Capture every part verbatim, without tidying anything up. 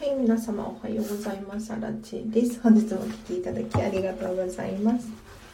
はい、皆様おはようございます。あらちです。本日もお聞きいただきありがとうございます。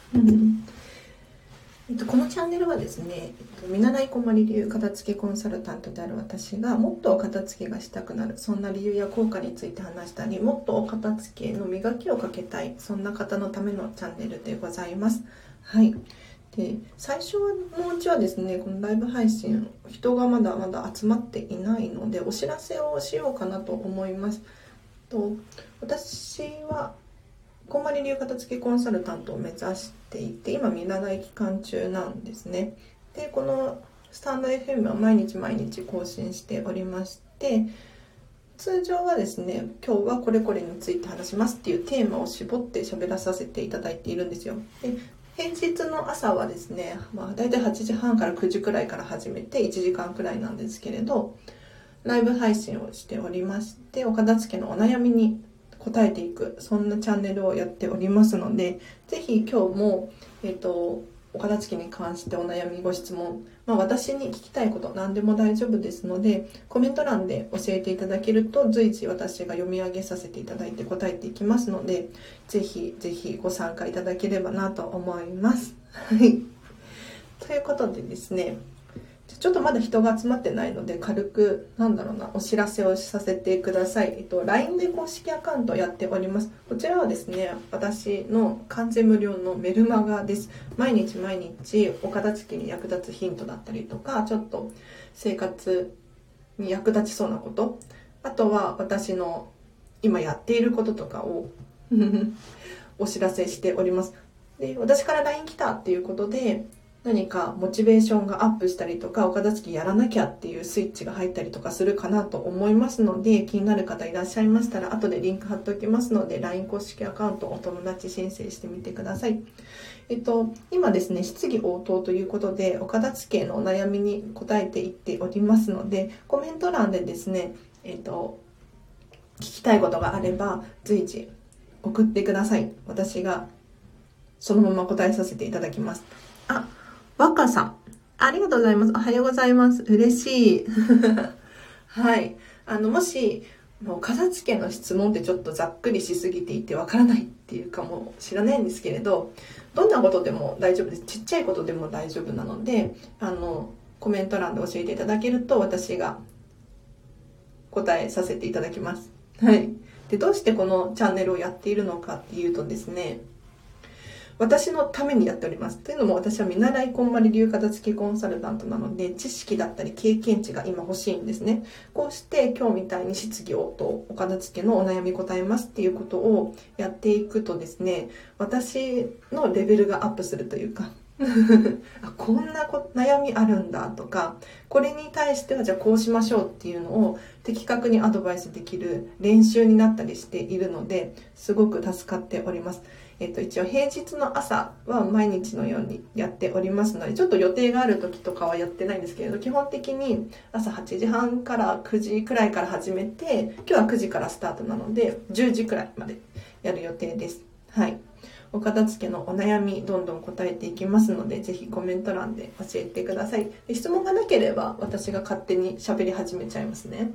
えっと、このチャンネルはですね、えっと、見習いこまり流片付けコンサルタントである私がもっとお片付けがしたくなる、そんな理由や効果について話したり、もっとお片付けの磨きをかけたい、そんな方のためのチャンネルでございます。はい。で、最初のうちはですね、このライブ配信、人がまだまだ集まっていないので、お知らせをしようかなと思います。と私はこんまり流片付けコンサルタントを目指していて、今見習い期間中なんですね。で、このスタンド エフエム は毎日毎日更新しておりまして、通常はですね、今日はこれこれについて話しますっていうテーマを絞って喋らさせていただいているんですよ。で、平日の朝はですね、まあ、だいたいはちじはんからくじくらいから始めていちじかんくらいなんですけれど、ライブ配信をしておりまして、お片付けのお悩みに答えていく、そんなチャンネルをやっておりますので、ぜひ今日も、えっと、お片付けに関してお悩みご質問、まあ、私に聞きたいこと何でも大丈夫ですので、コメント欄で教えていただけると随時私が読み上げさせていただいて答えていきますので、ぜひぜひご参加いただければなと思います。はい。ということでですね、ちょっとまだ人が集まってないので、軽く、なんだろうな、お知らせをさせてください。えっと、ライン で公式アカウントをやっております。こちらはですね、私の完全無料のメルマガです。毎日毎日お片付けに役立つヒントだったりとか、ちょっと生活に役立ちそうなこと、あとは私の今やっていることとかをお知らせしております。で、私から ライン 来たっていうことで、何かモチベーションがアップしたりとか、お片付けやらなきゃっていうスイッチが入ったりとかするかなと思いますので、気になる方いらっしゃいましたら後でリンク貼っておきますので、 ライン 公式アカウントお友達申請してみてください。えっと今ですね、質疑応答ということでお片付けのお悩みに答えていっておりますので、コメント欄でですね、えっと聞きたいことがあれば随時送ってください。私がそのまま答えさせていただきます。あ、若さん、ありがとうございます。おはようございます。嬉しい。はい。あの、もし、もう片付けの質問ってちょっとざっくりしすぎていてわからないっていうかもしれないんですけれど、どんなことでも大丈夫です。ちっちゃいことでも大丈夫なので、あの、コメント欄で教えていただけると私が答えさせていただきます。はい。で、どうしてこのチャンネルをやっているのかっていうとですね、私のためにやっております。というのも私は見習いこんまり流片付けコンサルタントなので、知識だったり経験値が今欲しいんですね。こうして今日みたいに質疑応答、お片付けのお悩み答えますっていうことをやっていくとですね、私のレベルがアップするというか、あ、こんなこ悩みあるんだとか、これに対してはじゃあこうしましょうっていうのを的確にアドバイスできる練習になったりしているので、すごく助かっております。えっと、一応平日の朝は毎日のようにやっておりますので、ちょっと予定がある時とかはやってないんですけれど、基本的に朝はちじはんからくじくらいから始めて、今日はくじからスタートなのでじゅうじくらいまでやる予定です。はい。お片付けのお悩みどんどん答えていきますので、ぜひコメント欄で教えてください。で、質問がなければ私が勝手に喋り始めちゃいますね。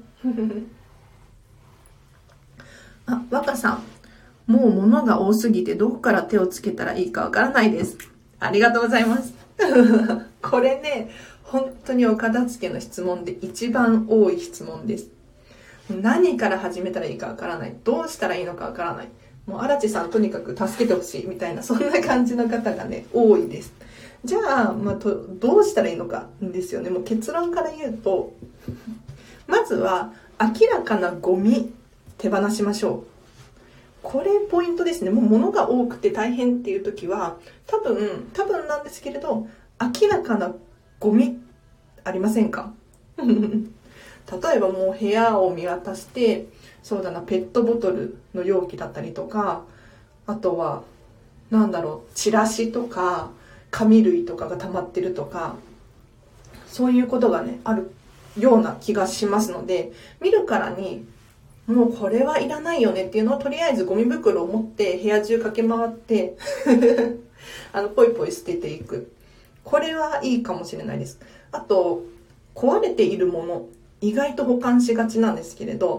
あ、若さん、もう物が多すぎてどこから手をつけたらいいかわからないです。ありがとうございます。これね、本当にお片付けの質問で一番多い質問です。何から始めたらいいかわからない。どうしたらいいのかわからない。もう荒地さんとにかく助けてほしいみたいな、そんな感じの方がね、多いです。じゃあ、まあ、とどうしたらいいのかんですよね。もう結論から言うと、まずは明らかなゴミ手放しましょう。これポイントですね。もう物が多くて大変っていう時は、多分、多分なんですけれど、明らかなゴミありませんか？例えばもう部屋を見渡して、そうだな、ペットボトルの容器だったりとか、あとは、なんだろう、チラシとか、紙類とかが溜まってるとか、そういうことがね、あるような気がしますので、見るからに、もうこれはいらないよねっていうのをとりあえずゴミ袋を持って部屋中駆け回ってあのポイポイ捨てていく。これはいいかもしれないです。あと、壊れているもの意外と保管しがちなんですけれど、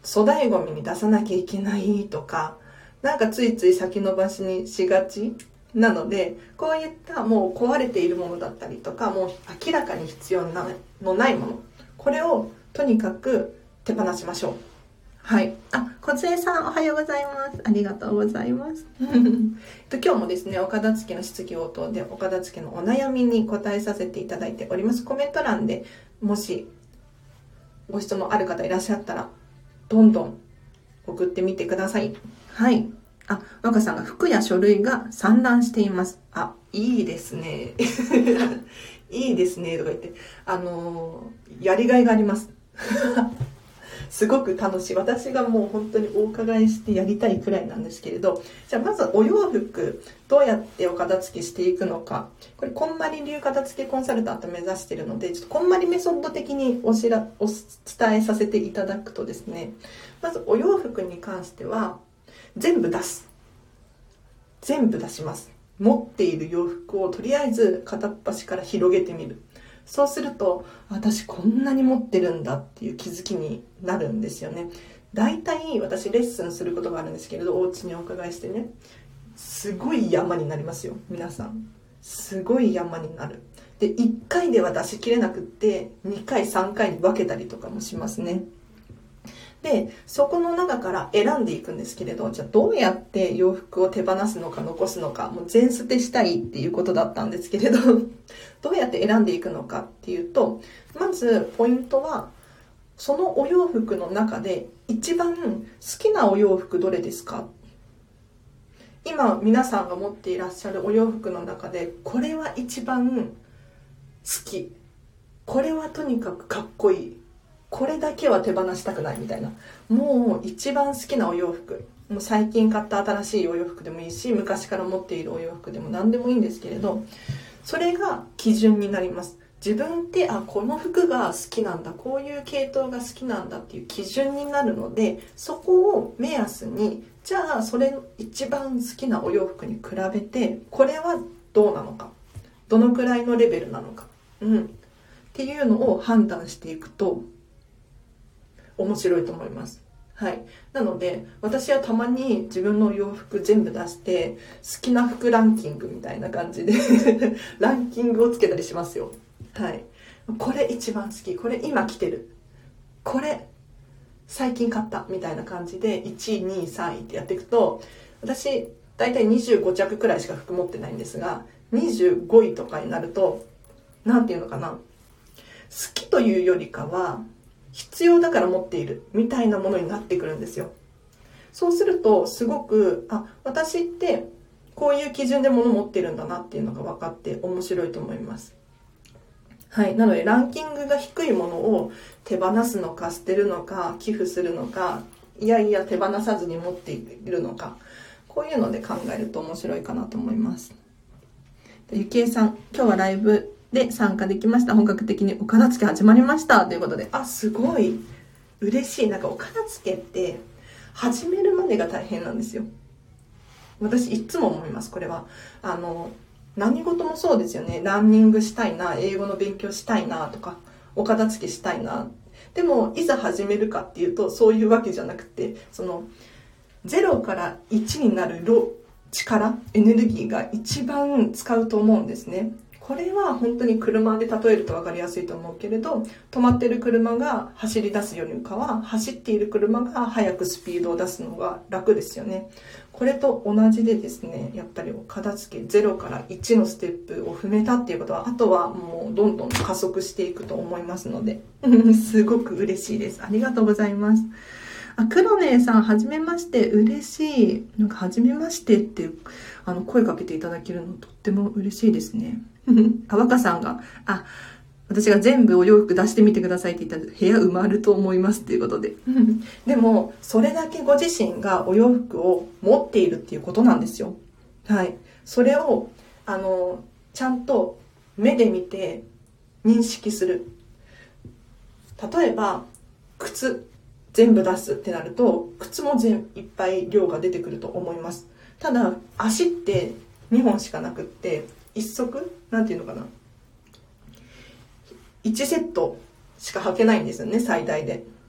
粗大ごみに出さなきゃいけないとか、なんかついつい先延ばしにしがちなので、こういったもう壊れているものだったりとか、もう明らかに必要なのないもの、これをとにかく手放しましょう。はい。あ、小杖さんおはようございます。ありがとうございます。今日もですね、お片付けの質疑応答でお片付けのお悩みに答えさせていただいております。コメント欄でもしご質問ある方いらっしゃったら、どんどん送ってみてください。はい。あ、若さんが服や書類が散乱しています。あ、いいですね。いいですねとか言って、あのー、やりがいがあります。すごく楽しい。私がもう本当にお伺いしてやりたいくらいなんですけれど、じゃあまずお洋服どうやってお片付けしていくのか。これこんまり流片付けコンサルタント目指しているので、ちょっとこんまりメソッド的におしらお伝えさせていただくとですね、まずお洋服に関しては全部出す。全部出します。持っている洋服をとりあえず片っ端から広げてみる。そうすると、私こんなに持ってるんだっていう気づきになるんですよね。大体私レッスンすることがあるんですけれど、お家にお伺いしてね、すごい山になりますよ、皆さん。すごい山になる。で、いっかいでは出し切れなくって、にかいさんかいに分けたりとかもしますね。で、そこの中から選んでいくんですけれど、じゃあどうやって洋服を手放すのか残すのか、もう全捨てしたいっていうことだったんですけれど、どうやって選んでいくのかっていうと、まずポイントは、そのお洋服の中で一番好きなお洋服どれですか？今皆さんが持っていらっしゃるお洋服の中で、これは一番好き。これはとにかくかっこいい。これだけは手放したくないみたいな、もう一番好きなお洋服、もう最近買った新しいお洋服でもいいし、昔から持っているお洋服でも何でもいいんですけれど、それが基準になります。自分ってあこの服が好きなんだ、こういう系統が好きなんだっていう基準になるので、そこを目安に、じゃあそれ一番好きなお洋服に比べてこれはどうなのか、どのくらいのレベルなのか、うん、っていうのを判断していくと面白いと思います。はい。なので、私はたまに自分の洋服全部出して、好きな服ランキングみたいな感じでランキングをつけたりしますよ。はい。これ一番好き。これ今着てる。これ最近買ったみたいな感じで、いちい、にい、さんいってやっていくと、私、だいたいにじゅうごちゃくくらいしか服持ってないんですが、にじゅうごいとかになると、なんていうのかな。好きというよりかは、必要だから持っているみたいなものになってくるんですよ。そうするとすごくあ私ってこういう基準で物を持ってるんだなっていうのが分かって面白いと思います。はい。なのでランキングが低いものを手放すのか捨てるのか寄付するのか、いやいや手放さずに持っているのか、こういうので考えると面白いかなと思います。ゆきえさん、今日はライブで参加できました。本格的にお片付け始まりましたということで、あ、すごい嬉しい。なんかお片付けって始めるまでが大変なんですよ。私いつも思います。これはあの何事もそうですよね。ランニングしたいな、英語の勉強したいなとか、お片付けしたいな。でもいざ始めるかっていうとそういうわけじゃなくて、そのゼロからいちになる力、エネルギーが一番使うと思うんですね。これは本当に車で例えると分かりやすいと思うけれど、止まってる車が走り出すよりかは走っている車が速くスピードを出すのが楽ですよね。これと同じでですね、やっぱりお片付けゼロからいちのステップを踏めたっていうことは、あとはもうどんどん加速していくと思いますので、すごく嬉しいです。ありがとうございます。あ、黒姉さん、はじめまして、嬉しい。なんか、はじめましてって、あの、声かけていただけるのとっても嬉しいですね。あ、若さんが、あ、私が全部お洋服出してみてくださいって言ったら、部屋埋まると思いますっていうことで。でも、それだけご自身がお洋服を持っているっていうことなんですよ。はい。それを、あの、ちゃんと目で見て認識する。例えば、靴。全部出すってなると靴も全いっぱい量が出てくると思います。ただ足ってにほんしかなくっていっ足なんていうのかないちセットしか履けないんですよね、最大で。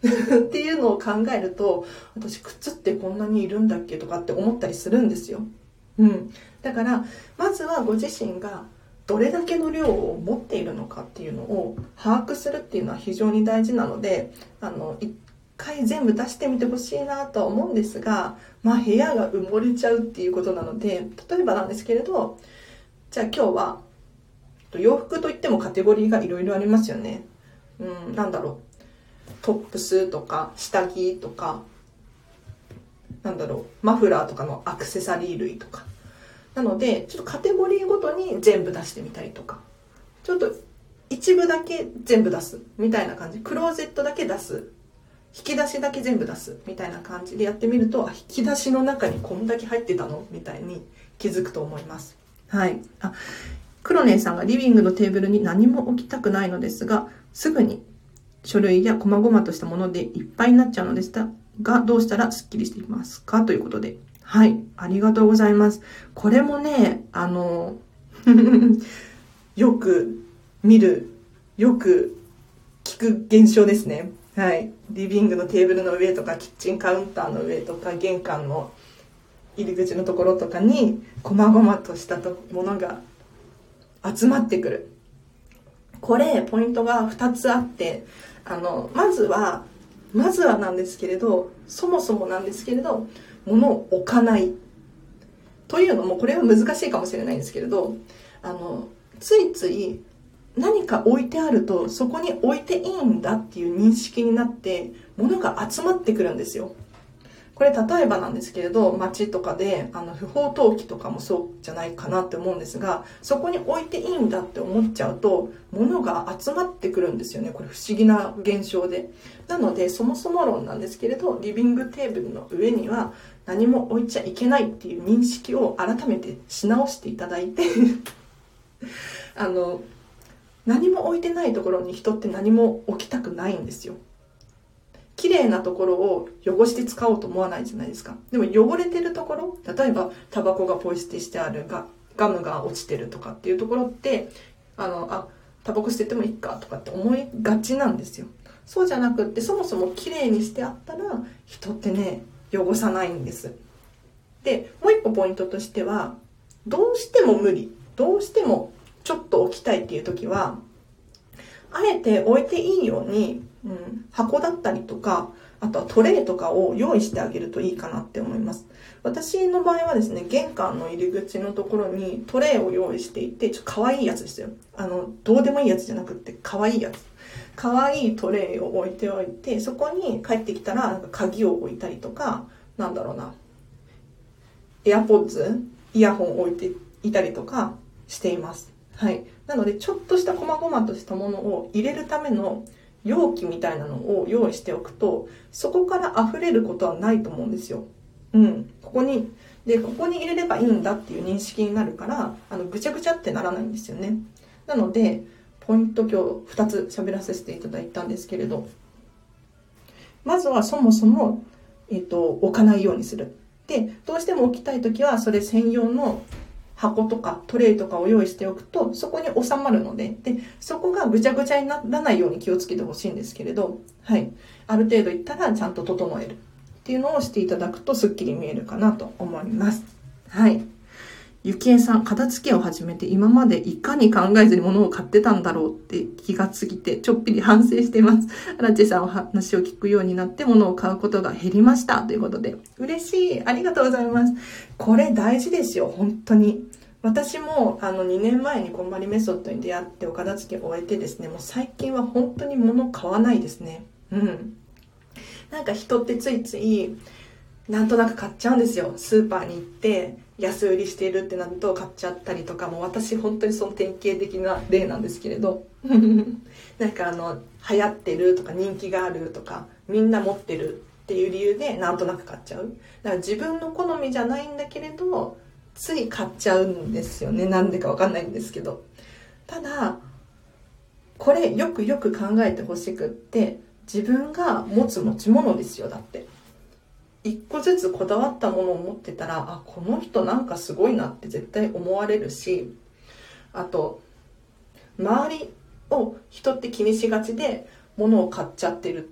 っていうのを考えると、私靴ってこんなにいるんだっけとかって思ったりするんですよ。うん。だからまずはご自身がどれだけの量を持っているのかっていうのを把握するっていうのは非常に大事なので、あの一回全部出してみてほしいなとは思うんですが、まあ部屋が埋もれちゃうっていうことなので、例えばなんですけれど、じゃあ今日は洋服といってもカテゴリーがいろいろありますよね。うん、なんだろう、トップスとか下着とか、なんだろう、マフラーとかのアクセサリー類とか。なのでちょっとカテゴリーごとに全部出してみたりとか、ちょっと一部だけ全部出すみたいな感じ、クローゼットだけ出す、引き出しだけ全部出すみたいな感じでやってみると、引き出しの中にこんだけ入ってたのみたいに気づくと思います。はい。あ、黒姉さんがリビングのテーブルに何も置きたくないのですが、すぐに書類や細々としたものでいっぱいになっちゃうのでしたが、どうしたらスッキリしていますかということで。はい、ありがとうございます。これもね、あのよく見る、よく聞く現象ですね。はい、リビングのテーブルの上とか、キッチンカウンターの上とか、玄関の入り口のところとかに細々としたものが集まってくる。これポイントがふたつあって、あのまずはまずはなんですけれど、そもそもなんですけれど、物を置かないというのも、これは難しいかもしれないんですけれど、あのついつい何か置いてあるとそこに置いていいんだっていう認識になって物が集まってくるんですよ。これ例えばなんですけれど、街とかであの不法投棄とかもそうじゃないかなって思うんですが、そこに置いていいんだって思っちゃうと物が集まってくるんですよね。これ不思議な現象で、なのでそもそも論なんですけれど、リビングテーブルの上には何も置いちゃいけないっていう認識を改めてし直していただいてあの何も置いてないところに人って何も置きたくないんですよ。綺麗なところを汚して使おうと思わないじゃないですか。でも汚れてるところ、例えばタバコがポイ捨てしてあるが、ガムが落ちてるとかっていうところって、あのあタバコ捨ててもいいかとかって思いがちなんですよ。そうじゃなくって、そもそも綺麗にしてあったら人ってね、汚さないんです。でもう一個ポイントとしては、どうしても無理、どうしてもちょっと置きたいっていう時は、あえて置いていいように、うん、箱だったりとか、あとはトレイとかを用意してあげるといいかなって思います。私の場合はですね、玄関の入り口のところにトレイを用意していて、ちょっと可愛いやつですよ。あのどうでもいいやつじゃなくって可愛いやつ、可愛いトレイを置いておいて、そこに帰ってきたらなんか鍵を置いたりとか、なんだろうな、エアポッズ、イヤホンを置いていたりとかしています。はい。なのでちょっとした細々としたものを入れるための容器みたいなのを用意しておくと、そこから溢れることはないと思うんですよ。うん。ここにでここに入れればいいんだっていう認識になるから、あのぐちゃぐちゃってならないんですよね。なのでポイント今日ふたつ喋らせていただいたんですけれど、まずはそもそも、えーと、置かないようにする。でどうしても置きたいときはそれ専用の箱とかトレイとかを用意しておくと、そこに収まるので、でそこがぐちゃぐちゃにならないように気をつけてほしいんですけれど、はい、ある程度いったらちゃんと整えるっていうのをしていただくとすっきり見えるかなと思います。はい。ゆきえさん、片付けを始めて今までいかに考えずに物を買ってたんだろうって気がついてちょっぴり反省しています。アラチェさんお話を聞くようになって物を買うことが減りましたということで、嬉しい、ありがとうございます。これ大事ですよ、本当に。私もあのにねんまえにこんまりメソッドに出会ってお片付けを終えてですね、もう最近は本当に物を買わないですね。うん。なんか人ってついついなんとなく買っちゃうんですよ。スーパーに行って安売りしているってなると買っちゃったりとか、も私本当にその典型的な例なんですけれどなんかあの流行ってるとか人気があるとかみんな持ってるっていう理由でなんとなく買っちゃう。だから自分の好みじゃないんだけれどつい買っちゃうんですよね。なんでかわかんないんですけど、ただこれよくよく考えてほしくって、自分が持つ持ち物ですよ。だって一個ずつこだわったものを持ってたら、あ、この人なんかすごいなって絶対思われるし、あと周りを人って気にしがちで物を買っちゃってる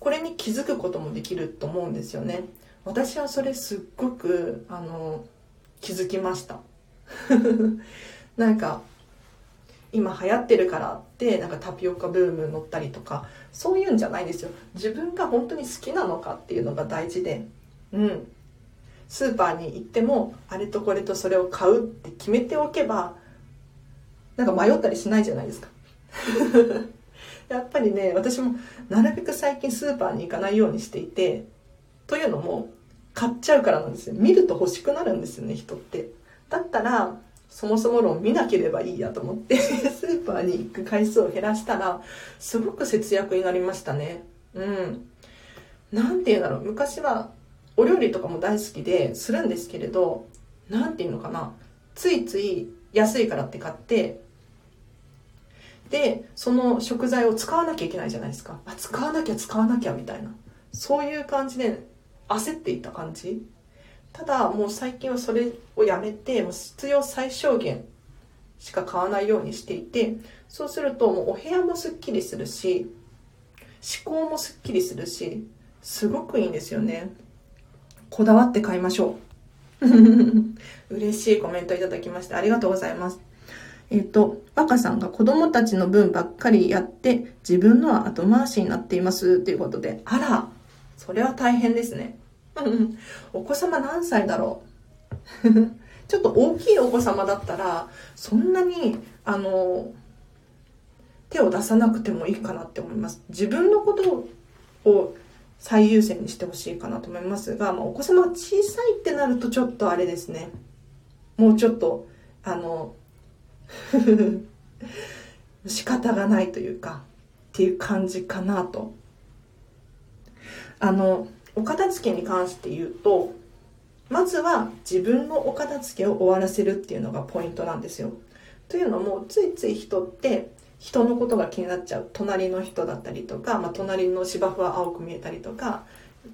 これに気づくこともできると思うんですよね。私はそれすっごくあの気づきましたなんか今流行ってるからってなんかタピオカブーム乗ったりとか、そういうんじゃないですよ。自分が本当に好きなのかっていうのが大事で、うんスーパーに行ってもあれとこれとそれを買うって決めておけば、なんか迷ったりしないじゃないですかやっぱりね、私もなるべく最近スーパーに行かないようにしていて、というのも買っちゃうからなんですよ。見ると欲しくなるんですよね、人って。だったらそもそも論見なければいいやと思ってスーパーに行く回数を減らしたらすごく節約になりましたね。うんなんていうんだろう、昔はお料理とかも大好きでするんですけれど、なんていうのかな、ついつい安いからって買って、でその食材を使わなきゃいけないじゃないですか。あ使わなきゃ使わなきゃみたいな、そういう感じで焦っていた感じ。ただもう最近はそれをやめて、もう必要最小限しか買わないようにしていて、そうするともうお部屋もすっきりするし、思考もすっきりするし、すごくいいんですよね。こだわって買いましょう嬉しいコメントいただきましてありがとうございます。えっと、若さんが子供たちの分ばっかりやって自分のは後回しになっていますということで、あらそれは大変ですねお子様何歳だろうちょっと大きいお子様だったらそんなにあの手を出さなくてもいいかなって思います。自分のことを最優先にしてほしいかなと思いますが、まあ、お子様が小さいってなるとちょっとあれですね、もうちょっとあの仕方がないというかっていう感じかなと。あのお片付けに関して言うと、まずは自分のお片付けを終わらせるっていうのがポイントなんですよ。というのもついつい人って人のことが気になっちゃう。隣の人だったりとか、まあ、隣の芝生は青く見えたりとか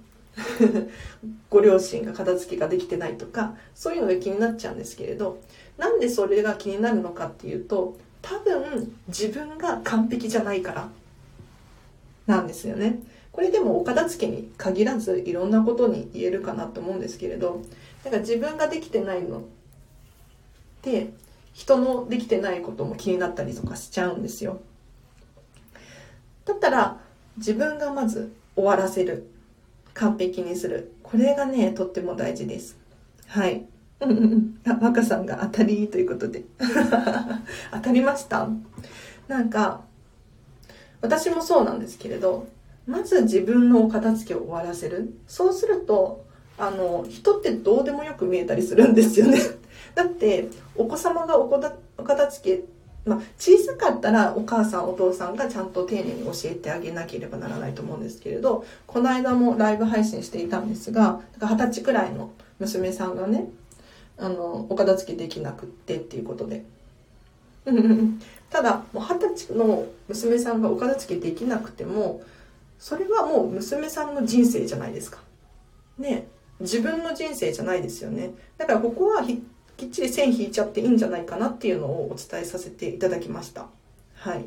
ご両親が片付けができてないとか、そういうのが気になっちゃうんですけれど、なんでそれが気になるのかっていうと、多分自分が完璧じゃないからなんですよね。これでもお片付けに限らずいろんなことに言えるかなと思うんですけれど、だから自分ができてないのって人のできてないことも気になったりとかしちゃうんですよ。だったら自分がまず終わらせる、完璧にする、これがねとっても大事です。はいあ、若さんが当たりということで当たりました。なんか私もそうなんですけれど、まず自分のお片付けを終わらせる。そうするとあの人ってどうでもよく見えたりするんですよねだってお子様がおこだお片付け、まあ、小さかったらお母さんお父さんがちゃんと丁寧に教えてあげなければならないと思うんですけれど、この間もライブ配信していたんですが、はたちくらいの娘さんがね、あのお片付けできなくってっていうことでただもうはたちの娘さんがお片付けできなくても、それはもう娘さんの人生じゃないですかね。自分の人生じゃないですよね。だからここはきっちり線引いちゃっていいんじゃないかなっていうのをお伝えさせていただきました。はい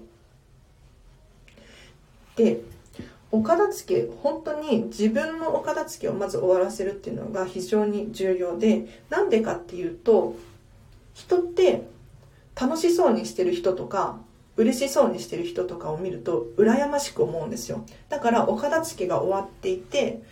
で、お片付け、本当に自分のお片付けをまず終わらせるっていうのが非常に重要で、なんでかっていうと、人って楽しそうにしてる人とか嬉しそうにしてる人とかを見ると羨ましく思うんですよ。だからお片付けが終わっていて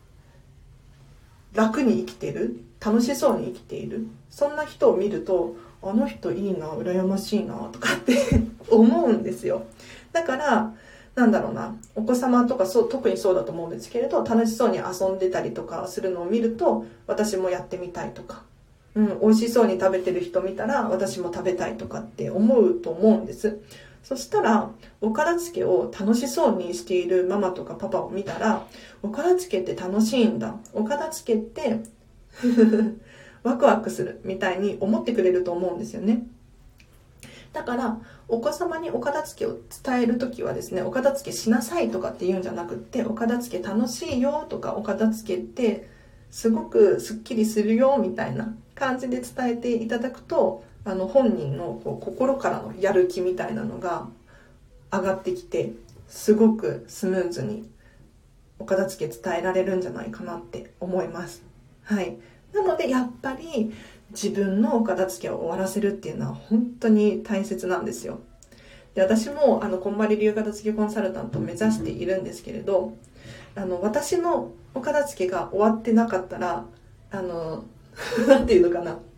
楽に生きてる、楽しそうに生きている、そんな人を見ると、あの人いいな、羨ましいなとかって思うんですよ。だからなんだろうな、お子様とかそう特にそうだと思うんですけれど、楽しそうに遊んでたりとかするのを見ると私もやってみたいとか、うん、美味しそうに食べてる人見たら私も食べたいとかって思うと思うんです。そしたらお片付けを楽しそうにしているママとかパパを見たら、お片付けって楽しいんだ、お片付けってワクワクするみたいに思ってくれると思うんですよね。だからお子様にお片付けを伝えるときはですね、お片付けしなさいとかって言うんじゃなくって、お片付け楽しいよとか、お片付けってすごくすっきりするよみたいな感じで伝えていただくと、あの本人のこう心からのやる気みたいなのが上がってきて、すごくスムーズにお片付け伝えられるんじゃないかなって思います。はい。なのでやっぱり自分のお片付けを終わらせるっていうのは本当に大切なんですよ。で、私もあのこんまり流片付けコンサルタントを目指しているんですけれど、あの私のお片付けが終わってなかったら、あのなんていうのかな、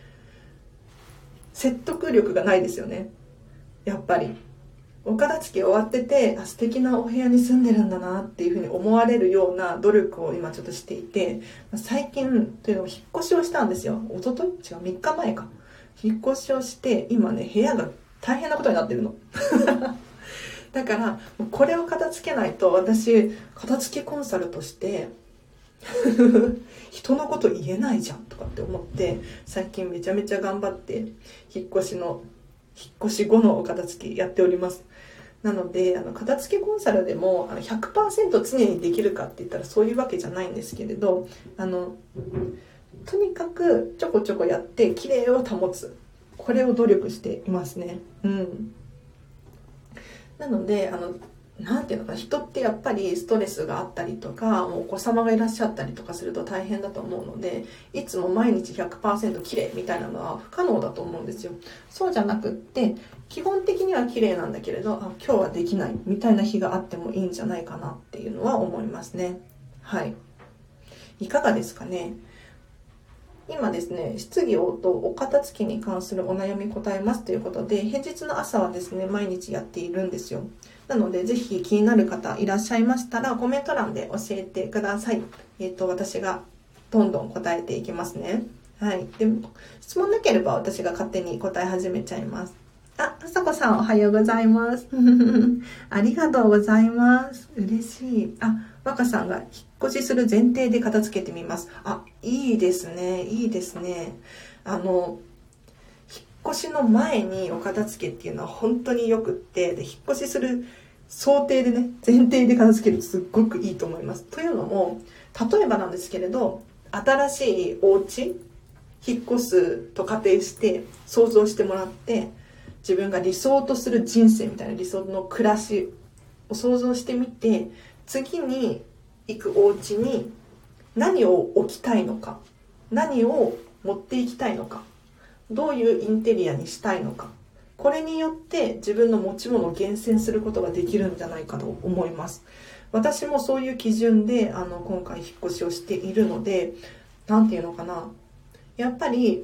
説得力がないですよね。やっぱりお片付け終わってて、あ、素敵なお部屋に住んでるんだなっていうふうに思われるような努力を今ちょっとしていて、最近というのも引っ越しをしたんですよ。一昨日違うみっかまえか、引っ越しをして今ね、部屋が大変なことになってるのだからこれを片付けないと私片付けコンサルとして人のこと言えないじゃんとかって思って、最近めちゃめちゃ頑張って引っ越しの引っ越し後のお片付けやっております。なのであの片付けコンサルでもあの ひゃくパーセント 常にできるかって言ったらそういうわけじゃないんですけれど、あのとにかくちょこちょこやって綺麗を保つ、これを努力していますね。うん。なのであのなんていうのかな、人ってやっぱりストレスがあったりとか、お子様がいらっしゃったりとかすると大変だと思うので、いつも毎日 ひゃくパーセント 綺麗みたいなのは不可能だと思うんですよ。そうじゃなくって、基本的には綺麗なんだけれど、あ、今日はできないみたいな日があってもいいんじゃないかなっていうのは思いますね。はい。いかがですかね。今ですね、質疑応答、お片付けに関するお悩み答えますということで、平日の朝はですね、毎日やっているんですよ。なので、ぜひ気になる方いらっしゃいましたら、コメント欄で教えてください。えっと、私がどんどん答えていきますね。はい。で、質問なければ私が勝手に答え始めちゃいます。あ、あさこさんおはようございます。ありがとうございます。嬉しい。あ、若さんが引っ越しする前提で片付けてみます。あ、いいですね。いいですね。あの、引っ越しの前にお片付けっていうのは本当によくって、で、引っ越しする想定でね、前提で片付けるとすっごくいいと思います。というのも、例えばなんですけれど、新しいお家、引っ越すと仮定して想像してもらって、自分が理想とする人生みたいな理想の暮らしを想像してみて、次に行くお家に何を置きたいのか、何を持っていきたいのか、どういうインテリアにしたいのか、これによって自分の持ち物を厳選することができるんじゃないかと思います。私もそういう基準であの今回引っ越しをしているので、なんていうのかな、やっぱり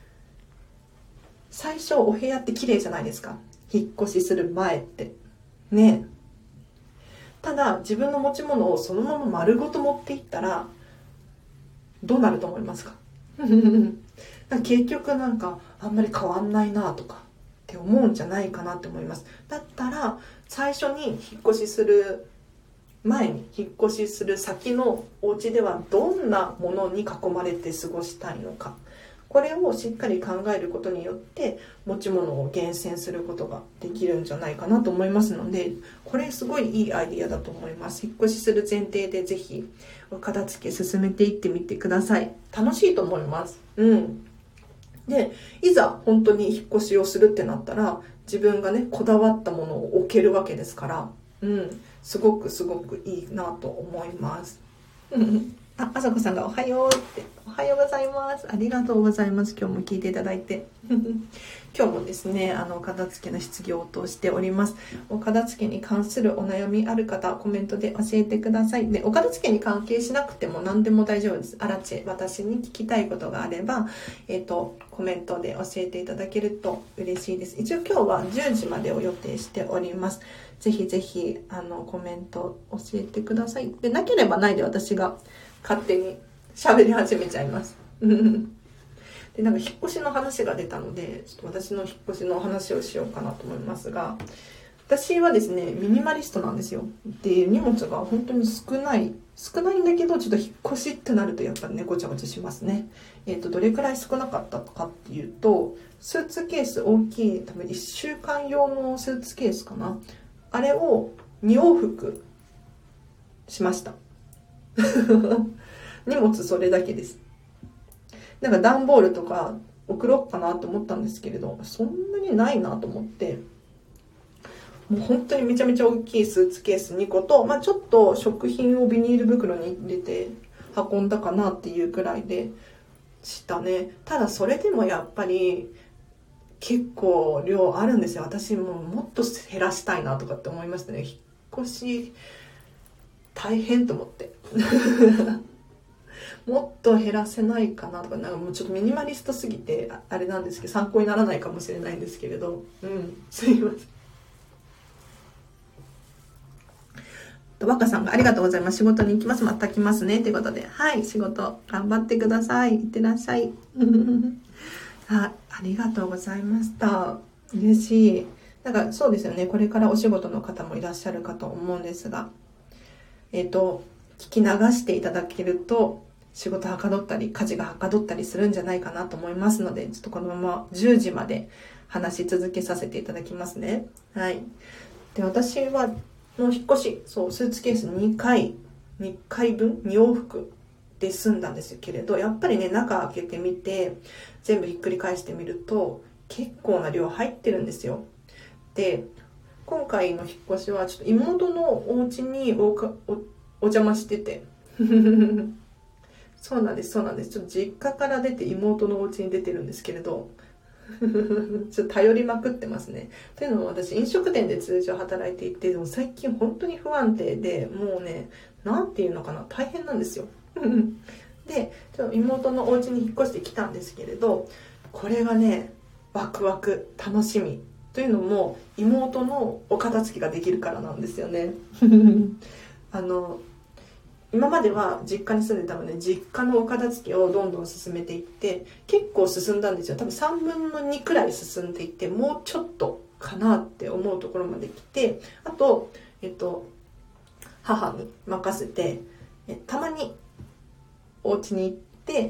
最初お部屋って綺麗じゃないですか、引っ越しする前ってね。ただ自分の持ち物をそのまま丸ごと持っていったらどうなると思いますか？結局なんかあんまり変わんないなとかって思うんじゃないかなって思います。だったら最初に引っ越しする前に引っ越しする先のお家ではどんなものに囲まれて過ごしたいのか、これをしっかり考えることによって持ち物を厳選することができるんじゃないかなと思いますので、これすごいいいアイディアだと思います。引っ越しする前提でぜひお片付け進めていってみてください。楽しいと思います。うん。で、いざ本当に引っ越しをするってなったら、自分がね、こだわったものを置けるわけですから、うん、すごくすごくいいなと思います。あ、あさこさんがおはようって、おはようございます。ありがとうございます。今日も聞いていただいて。今日もですね、あの、片付けの質疑応答しております。お片付けに関するお悩みある方、コメントで教えてください。で、お片付けに関係しなくても何でも大丈夫です。あらち、私に聞きたいことがあれば、えっと、コメントで教えていただけると嬉しいです。一応今日はじゅうじまでを予定しております。ぜひぜひ、あの、コメント教えてください。で、なければないで私が勝手に喋り始めちゃいます。で、なんか引っ越しの話が出たので、ちょっと私の引っ越しの話をしようかなと思いますが、私はですね、ミニマリストなんですよ。で、荷物が本当に少ない。少ないんだけど、ちょっと引っ越しってなるとやっぱりね、ごちゃごちゃしますね。えっと、どれくらい少なかったかっていうと、スーツケース大きい、多分いっしゅうかん用のスーツケースかな。あれをに往復しました。荷物それだけです。なんか段ボールとか送ろうかなと思ったんですけれど、そんなにないなと思って、 もう本当にめちゃめちゃ大きいスーツケースにこと、まあ、ちょっと食品をビニール袋に入れて運んだかなっていうくらいでしたね。ただそれでもやっぱり結構量あるんですよ。私ももっと減らしたいなとかって思いましたね。引っ越し大変と思ってもっと減らせないかなとか、なんかもうちょっとミニマリストすぎてあれなんですけど、参考にならないかもしれないんですけれど、うんすいません。若さんがありがとうございます。仕事に行きます。また来ますね。ということで。はい。仕事頑張ってください。いってらっしゃい。あ、ありがとうございました。嬉しい。なんかそうですよね。これからお仕事の方もいらっしゃるかと思うんですが。えっと、聞き流していただけると、仕事はかどったり、家事がはかどったりするんじゃないかなと思いますので、ちょっとこのままじゅうじまで話し続けさせていただきますね。はい。で、私は、の引っ越し、そう、スーツケースにかい、にかいぶん、に往復で済んだんですけれど、やっぱりね、中開けてみて、全部ひっくり返してみると、結構な量入ってるんですよ。で、今回の引っ越しは、ちょっと妹のお家におかおお邪魔してて、そうなんです、そうなんです。ちょっと実家から出て妹のお家に出てるんですけれど、ちょっと頼りまくってますね。というのも私飲食店で通常働いていて、でも最近本当に不安定で、もうね、なんていうのかな、大変なんですよ。で、ちょっと妹のお家に引っ越してきたんですけれど、これがね、ワクワク、楽しみ。というのも、妹のお片付けができるからなんですよね。あの、今までは実家に住んでたので、実家のお片付けをどんどん進めていって、結構進んだんですよ。多分さんぶんのにくらい進んでいって、もうちょっとかなって思うところまで来て、あと、えっと、母に任せて、えたまにお家に行って、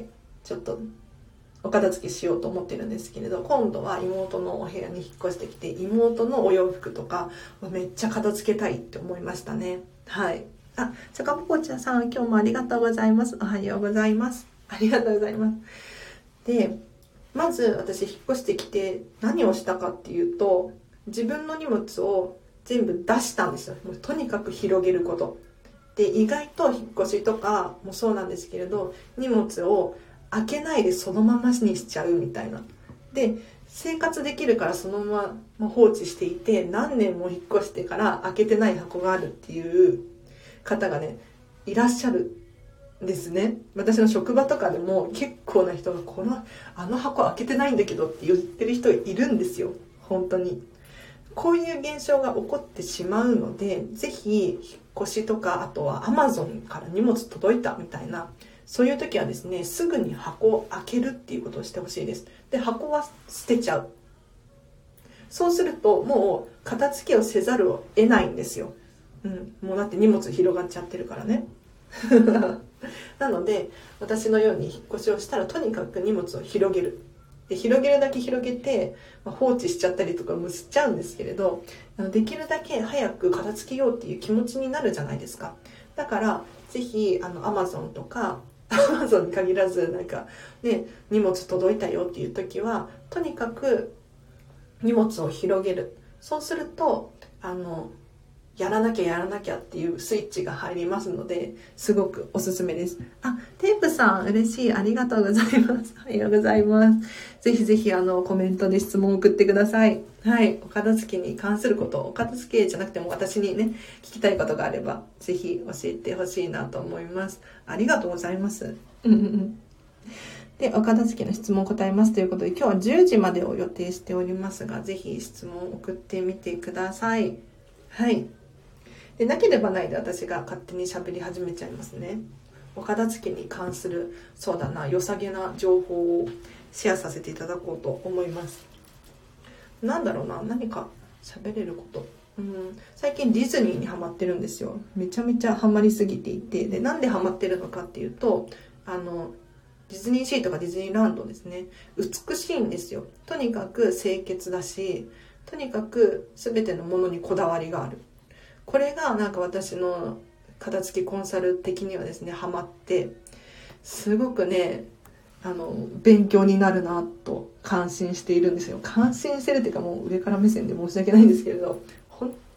ちょっとお片付けしようと思ってるんですけれど、今度は妹のお部屋に引っ越してきて、妹のお洋服とかめっちゃ片付けたいって思いましたね。はい。あ、さかぽこちゃんさん、今日もありがとうございます。おはようございます。ありがとうございます。で、まず私引っ越してきて何をしたかっていうと、自分の荷物を全部出したんですよ。もうとにかく広げること。で、意外と引っ越しとかもそうなんですけれど、荷物を開けないでそのままにしちゃうみたいな。で、生活できるからそのまま放置していて、何年も引っ越してから開けてない箱があるっていう方がね、いらっしゃるんですね。私の職場とかでも結構な人が、このあの箱開けてないんだけどって言ってる人いるんですよ。本当にこういう現象が起こってしまうので、ぜひ引っ越しとか、あとは Amazon から荷物届いたみたいな、そういう時はですね、すぐに箱を開けるっていうことをしてほしいです。で、箱は捨てちゃう。そうするともう片付けをせざるを得ないんですよ。うん、もうだって荷物広がっちゃってるからね。なので私のように引っ越しをしたら、とにかく荷物を広げる。で、広げるだけ広げて、まあ、放置しちゃったりとかもしちゃうんですけれど、あのできるだけ早く片付けようっていう気持ちになるじゃないですか。だからぜひあの Amazon とかAmazon に限らず、なんかね、荷物届いたよっていう時はとにかく荷物を広げる。そうするとあのやらなきゃやらなきゃっていうスイッチが入りますので、すごくおすすめです。あ、テープさん嬉しい。ありがとうございます。おはようございます。ぜひぜひあのコメントで質問を送ってください。はい。お片付けに関すること、お片付けじゃなくても私にね、聞きたいことがあれば、ぜひ教えてほしいなと思います。ありがとうございます。うんうんうん。で、お片付けの質問を答えますということで、今日はじゅうじまでを予定しておりますが、ぜひ質問を送ってみてください。はい。で、なければないで私が勝手に喋り始めちゃいますね。お片付けに関する、そうだな、良さげな情報をシェアさせていただこうと思います。なんだろうな、何か喋れること。うん、最近ディズニーにハマってるんですよ。めちゃめちゃハマりすぎていて、で、なんでハマってるのかっていうと、あの、ディズニーシーとかディズニーランドですね、美しいんですよ。とにかく清潔だし、とにかく全てのものにこだわりがある。これがなんか私の片付けコンサル的にはですね、ハマって、すごくね、あの勉強になるなと感心しているんですよ。感心してるっていうか、もう上から目線で申し訳ないんですけれど、本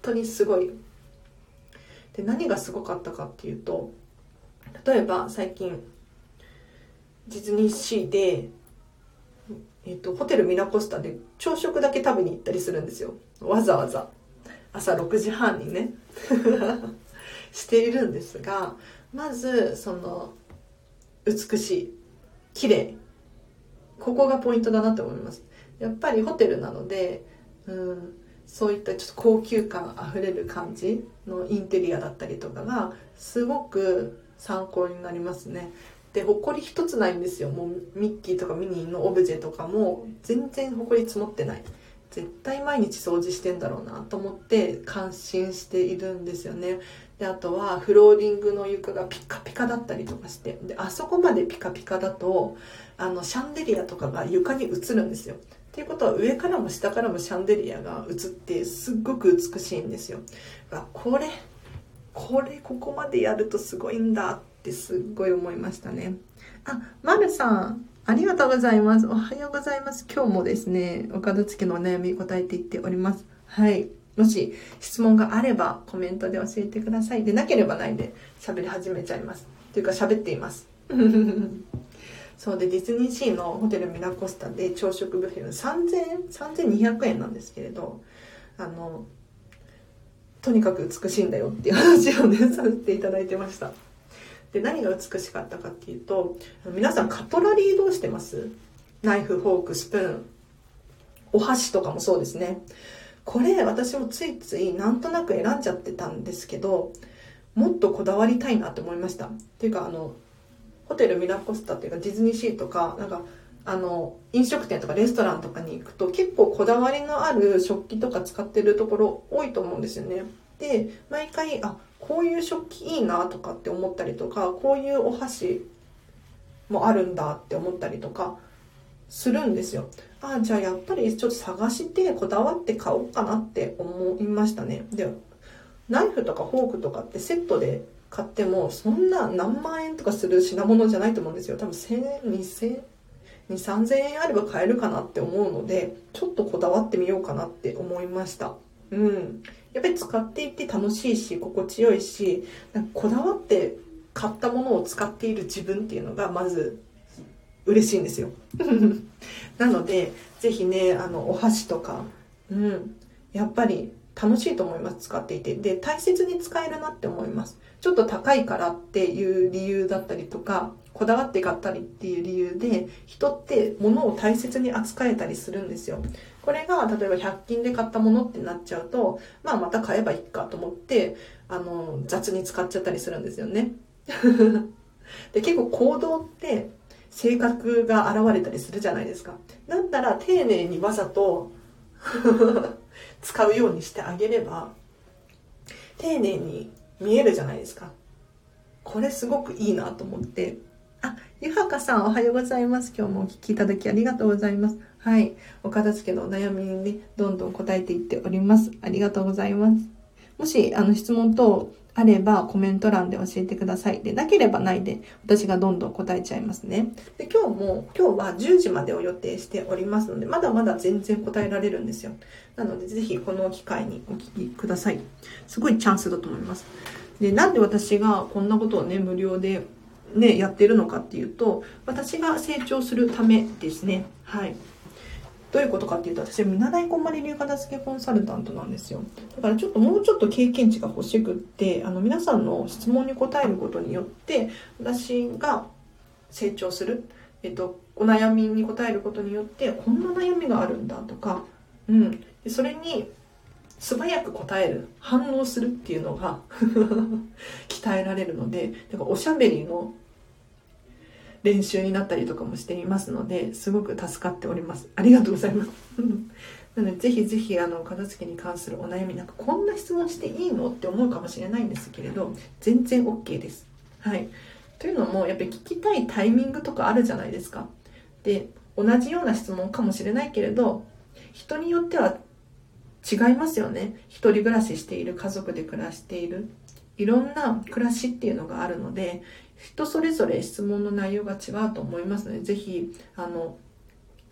当にすごい。で、何がすごかったかっていうと、例えば最近ディズニーシーで、えっと、ホテルミラコスタで朝食だけ食べに行ったりするんですよ。わざわざ朝ろくじはんにねしているんですが、まずその美しい、綺麗、ここがポイントだなと思います。やっぱりホテルなので、うん、そういったちょっと高級感あふれる感じのインテリアだったりとかがすごく参考になりますね。で、埃一つないんですよ。もうミッキーとかミニーのオブジェとかも全然埃積もってない。絶対毎日掃除してんだろうなと思って感心しているんですよね。で、あとはフローリングの床がピカピカだったりとかして、で、あそこまでピカピカだとあのシャンデリアとかが床に映るんですよ。っていうことは上からも下からもシャンデリアが映ってすっごく美しいんですよ。これこれここまでやるとすごいんだってすっごい思いましたね。あ、まるさんありがとうございます。おはようございます。今日もですね、お片付けのお悩み答えていっております。はい。もし質問があればコメントで教えてください。で、なければないで喋り始めちゃいます。というか喋っています。そうで、ディズニーシーのホテルミラコスタで朝食ブッフェのさんぜんえん、さんぜんにひゃくえんなんですけれど、あの、とにかく美しいんだよっていう話をね、させていただいてました。で、何が美しかったかっていうと、皆さんカトラリーどうしてます？ナイフ、フォーク、スプーン、お箸とかもそうですね。これ私もついついなんとなく選んじゃってたんですけど、もっとこだわりたいなって思いました。っていうか、あのホテルミラコスタっていうかディズニーシーとか、なんかあの飲食店とかレストランとかに行くと結構こだわりのある食器とか使ってるところ多いと思うんですよね。で、毎回あこういう食器いいなとかって思ったりとか、こういうお箸もあるんだって思ったりとかするんですよ。あ、じゃあやっぱりちょっと探してこだわって買おうかなって思いましたね。で、ナイフとかフォークとかってセットで買ってもそんな何万円とかする品物じゃないと思うんですよ。多分せんえん、にせんえん、に、さんぜんえんあれば買えるかなって思うので、ちょっとこだわってみようかなって思いました。うん。やっぱり使っていて楽しいし、心地よいし、なんかこだわって買ったものを使っている自分っていうのがまず嬉しいんですよ。なので、ぜひね、あの、お箸とか、うん、やっぱり楽しいと思います、使っていて。で、大切に使えるなって思います。ちょっと高いからっていう理由だったりとか、こだわって買ったりっていう理由で、人って物を大切に扱えたりするんですよ。これが、例えばひゃく均で買ったものってなっちゃうと、まあまた買えばいいかと思って、あの、雑に使っちゃったりするんですよね。で、結構行動って、性格が現れたりするじゃないですか。だったら丁寧にわざと使うようにしてあげれば丁寧に見えるじゃないですか。これすごくいいなと思って。あ、ゆはかさんおはようございます。今日もお聞きいただきありがとうございます。はい、お片付けのお悩みにね、どんどん答えていっております。ありがとうございます。もしあの質問等あればコメント欄で教えてください。で、なければないで私がどんどん答えちゃいますね。で、今日も、今日はじゅうじまでを予定しておりますので、まだまだ全然答えられるんですよ。なので、ぜひこの機会にお聞きください。すごいチャンスだと思います。で、なんで私がこんなことをね、無料でね、やってるのかっていうと、私が成長するためですね。はい。どういうことかっていうと、私は見習いこんまり流片付けコンサルタントなんですよ。だからちょっともうちょっと経験値が欲しくって、あの皆さんの質問に答えることによって私が成長する、えっと、お悩みに答えることによってこんな悩みがあるんだとか、うん、でそれに素早く答える、反応するっていうのが鍛えられるので、だからおしゃべりの練習になったりとかもしていますので、すごく助かっております。ありがとうございますなので、ぜひぜひあの片付けに関するお悩み、なんかこんな質問していいのって思うかもしれないんですけれど、全然 OK です。はい。というのも、やっぱり聞きたいタイミングとかあるじゃないですか。で、同じような質問かもしれないけれど、人によっては違いますよね。一人暮らししている、家族で暮らしている、いろんな暮らしっていうのがあるので、人それぞれ質問の内容が違うと思いますので、ぜひあの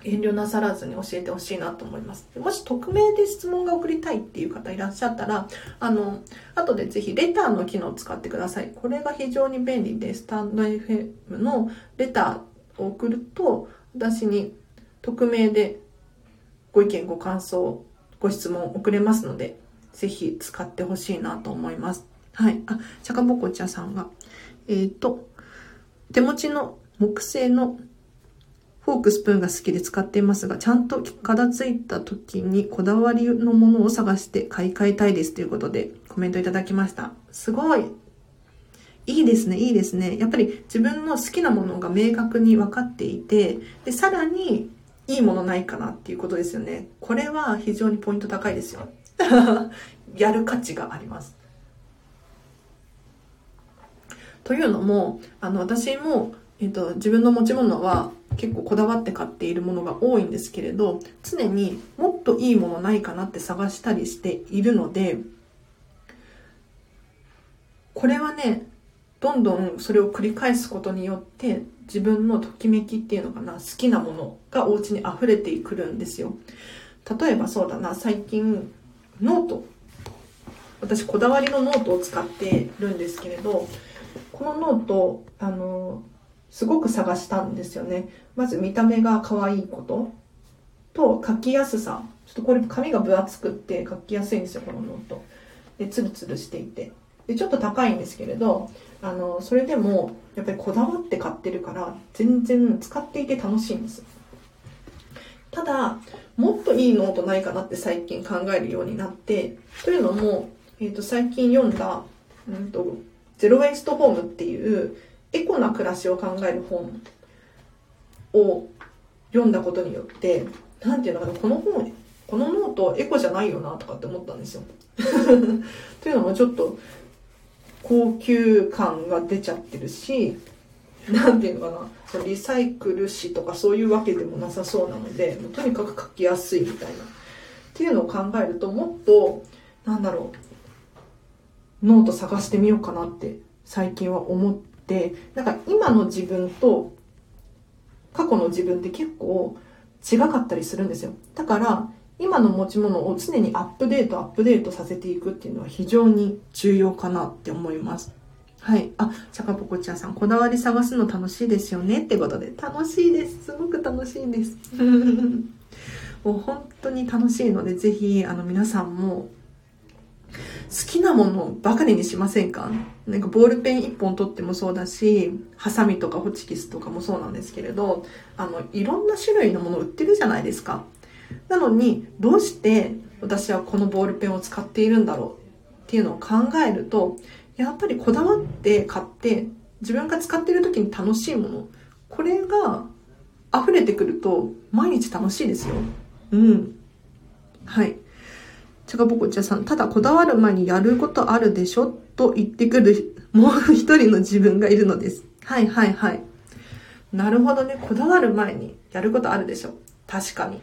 遠慮なさらずに教えてほしいなと思います。もし匿名で質問が送りたいっていう方いらっしゃったら、あの、後でぜひレターの機能を使ってください。これが非常に便利で、スタンド エフエム のレターを送ると、私に匿名でご意見、ご感想、ご質問送れますので、ぜひ使ってほしいなと思います。はい。あ、ちゃかぼこちゃさんが、えっと、手持ちの木製のフォークスプーンが好きで使っていますが、ちゃんと片付いた時にこだわりのものを探して買い替えたいですということでコメントいただきました。すごい。いいですね、いいですね。やっぱり自分の好きなものが明確に分かっていて、で、さらにいいものないかなっていうことですよね。これは非常にポイント高いですよ。やる価値があります。というのも、あの、私も、えっと、自分の持ち物は結構こだわって買っているものが多いんですけれど、常にもっといいものないかなって探したりしているので、これはね、どんどんそれを繰り返すことによって自分のときめきっていうのかな、好きなものがお家に溢れてくるんですよ。例えばそうだな、最近ノート、私こだわりのノートを使ってるんですけれど、このノート、あのすごく探したんですよね。まず見た目が可愛いことと書きやすさ。ちょっとこれ紙が分厚くって書きやすいんですよ、このノート。で、ツルツルしていて。で、ちょっと高いんですけれど、あの、それでもやっぱりこだわって買ってるから全然使っていて楽しいんです。ただ、もっといいノートないかなって最近考えるようになって、というのも、えっと、最近読んだ、うんと、ゼロ・ウェイスト・ホームっていうエコな暮らしを考える本を読んだことによって、なんていうのかな、この本、このノートエコじゃないよなとかって思ったんですよ。というのもちょっと高級感が出ちゃってるし、なんていうのかな、そのリサイクル紙とかそういうわけでもなさそうなので、とにかく書きやすいみたいな。っていうのを考えると、もっと、なんだろう、ノート探してみようかなって最近は思って、なんか今の自分と過去の自分って結構違かったりするんですよ。だから今の持ち物を常にアップデートアップデートさせていくっていうのは非常に重要かなって思います。はい。あ、チャカポコチャさん、こだわり探すの楽しいですよねってことで、楽しいです。すごく楽しいです。もう本当に楽しいので、ぜひ、あの、皆さんも、好きなものをバカりにしませんか？なんかボールペン一本取ってもそうだし、ハサミとかホチキスとかもそうなんですけれど、あの、いろんな種類のもの売ってるじゃないですか。なのに、どうして私はこのボールペンを使っているんだろうっていうのを考えると、やっぱりこだわって買って、自分が使っている時に楽しいもの、これが溢れてくると、毎日楽しいですよ。うん。はい。チャカポコチャさん、ただこだわる前にやることあるでしょと言ってくるもう一人の自分がいるのです。はいはいはい。なるほどね。こだわる前にやることあるでしょ。確かに。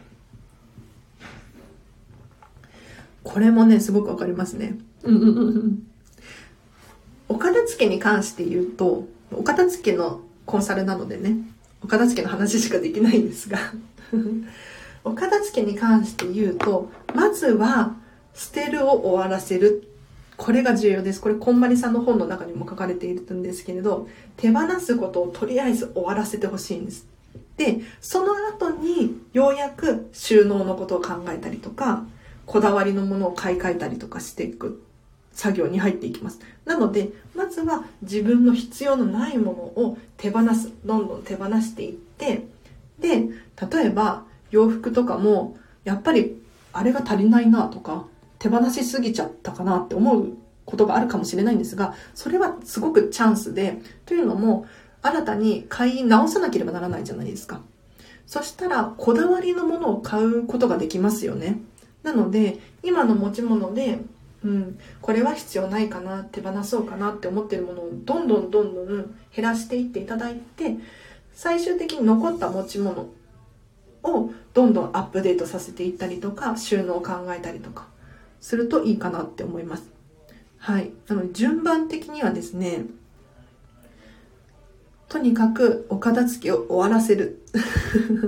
これもね、すごくわかりますね。うんうんうん。お片付けに関して言うと、お片付けのコンサルなのでね、お片付けの話しかできないんですがお片付けに関して言うと、まずは捨てるを終わらせる。これが重要です。これこんまりさんの本の中にも書かれているんですけれど、手放すことをとりあえず終わらせてほしいんです。で、その後にようやく収納のことを考えたりとか、こだわりのものを買い替えたりとかしていく作業に入っていきます。なので、まずは自分の必要のないものを手放す。どんどん手放していって、で、例えば洋服とかも、やっぱりあれが足りないなとか、手放しすぎちゃったかなって思うことがあるかもしれないんですが、それはすごくチャンスで、というのも、新たに買い直さなければならないじゃないですか。そしたら、こだわりのものを買うことができますよね。なので、今の持ち物で、うん、これは必要ないかな、手放そうかなって思っているものをどんどんどんどん減らしていっていただいて、最終的に残った持ち物をどんどんアップデートさせていったりとか、収納を考えたりとかするといいかなって思います。はい。なので順番的にはですね、とにかくお片付けを終わらせる。こ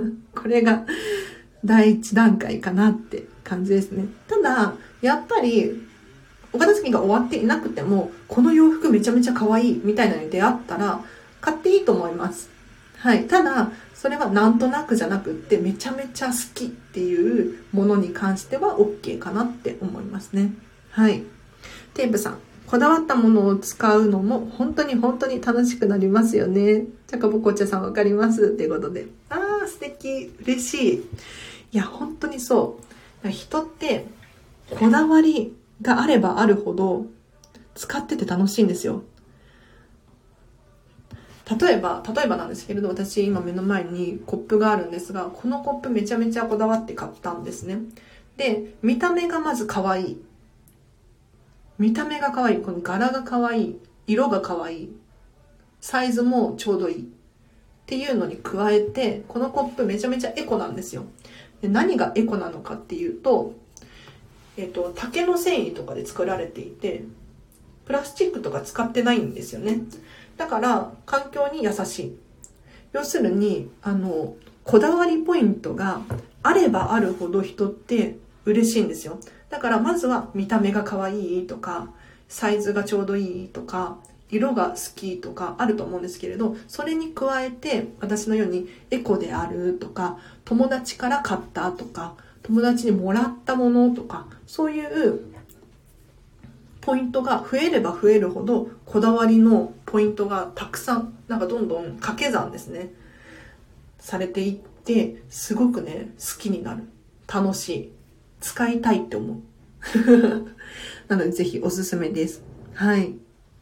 これが第一段階かなって感じですね。ただやっぱりお片付けが終わっていなくても、この洋服めちゃめちゃ可愛いみたいなのに出会ったら買っていいと思います。はい。ただそれはなんとなくじゃなくって、めちゃめちゃ好きっていうものに関しては OK かなって思いますね。はい。テープさん、こだわったものを使うのも本当に本当に楽しくなりますよね。ちゃかぼこちゃさんわかりますっていうことで。あー素敵、嬉しい。いや本当にそう。人ってこだわりがあればあるほど使ってて楽しいんですよ。例えば、例えばなんですけれど、私今目の前にコップがあるんですが、このコップめちゃめちゃこだわって買ったんですね。で、見た目がまず可愛い。見た目が可愛い。この柄が可愛い。色が可愛い。サイズもちょうどいい。っていうのに加えて、このコップめちゃめちゃエコなんですよ。で、何がエコなのかっていうと、えっと、竹の繊維とかで作られていて、プラスチックとか使ってないんですよね。だから環境に優しい。要するにあのこだわりポイントがあればあるほど人って嬉しいんですよ。だからまずは見た目が可愛いとか、サイズがちょうどいいとか、色が好きとかあると思うんですけれど、それに加えて私のようにエコであるとか、友達から買ったとか、友達にもらったものとか、そういうポイントが増えれば増えるほど、こだわりのポイントがたくさん、なんかどんどん掛け算ですね、されていって、すごくね、好きになる。楽しい。使いたいって思う。なのでぜひおすすめです。はい。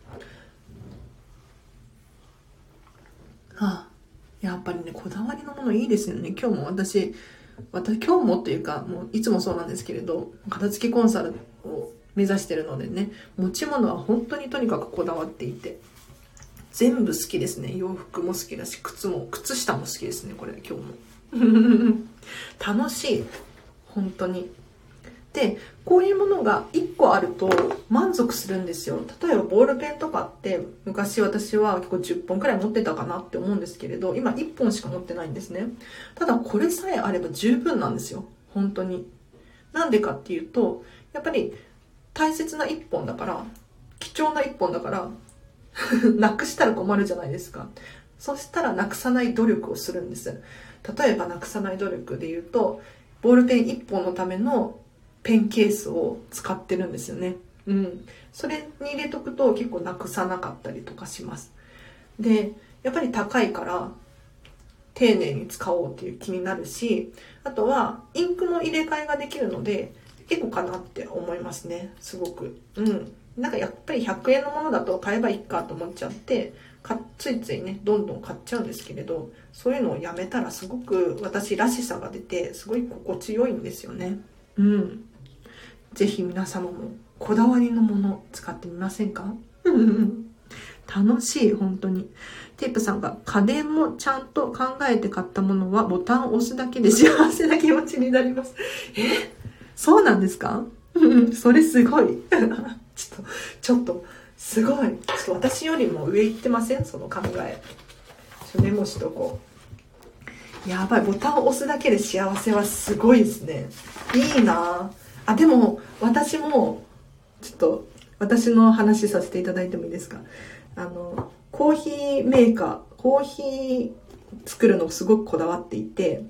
はあ、やっぱりね、こだわりのものいいですよね。今日も私、私今日もというか、もういつもそうなんですけれど、片付けコンサルを目指してるのでね、持ち物は本当にとにかくこだわっていて、全部好きですね。洋服も好きだし、靴も、靴下も好きですね、これ、今日も。楽しい。本当に。で、こういうものがいっこあると満足するんですよ。例えばボールペンとかって、昔私は結構じゅっぽんくらい持ってたかなって思うんですけれど、今いっぽんしか持ってないんですね。ただこれさえあれば十分なんですよ。本当に。なんでかっていうと、やっぱり大切ないっぽんだから、貴重ないっぽんだからなくしたら困るじゃないですか。そしたらなくさない努力をするんです。例えばなくさない努力で言うと、ボールペンいっぽんのためのペンケースを使ってるんですよね。うん。それに入れとくと結構なくさなかったりとかします。で、やっぱり高いから丁寧に使おうっていう気になるし、あとはインクの入れ替えができるのでエコかなって思いますね。すごく。うん。なんかやっぱりひゃくえんのものだと買えばいいかと思っちゃって、かついついね、どんどん買っちゃうんですけれど、そういうのをやめたらすごく私らしさが出て、すごい心地よいんですよね。うん。ぜひ皆様もこだわりのもの使ってみませんか？楽しい、本当に。テープさんが、家電もちゃんと考えて買ったものはボタンを押すだけで幸せな気持ちになります。え？そうなんですか？それすごい。ちょっと、ちょっと、すごい。ちょっと私よりも上行ってません？その考え。ちょメモしとこう。やばい、ボタンを押すだけで幸せはすごいですね。いいなぁ。あ、でも、私も、ちょっと、私の話させていただいてもいいですか？あの、コーヒーメーカー、コーヒー作るのすごくこだわっていて、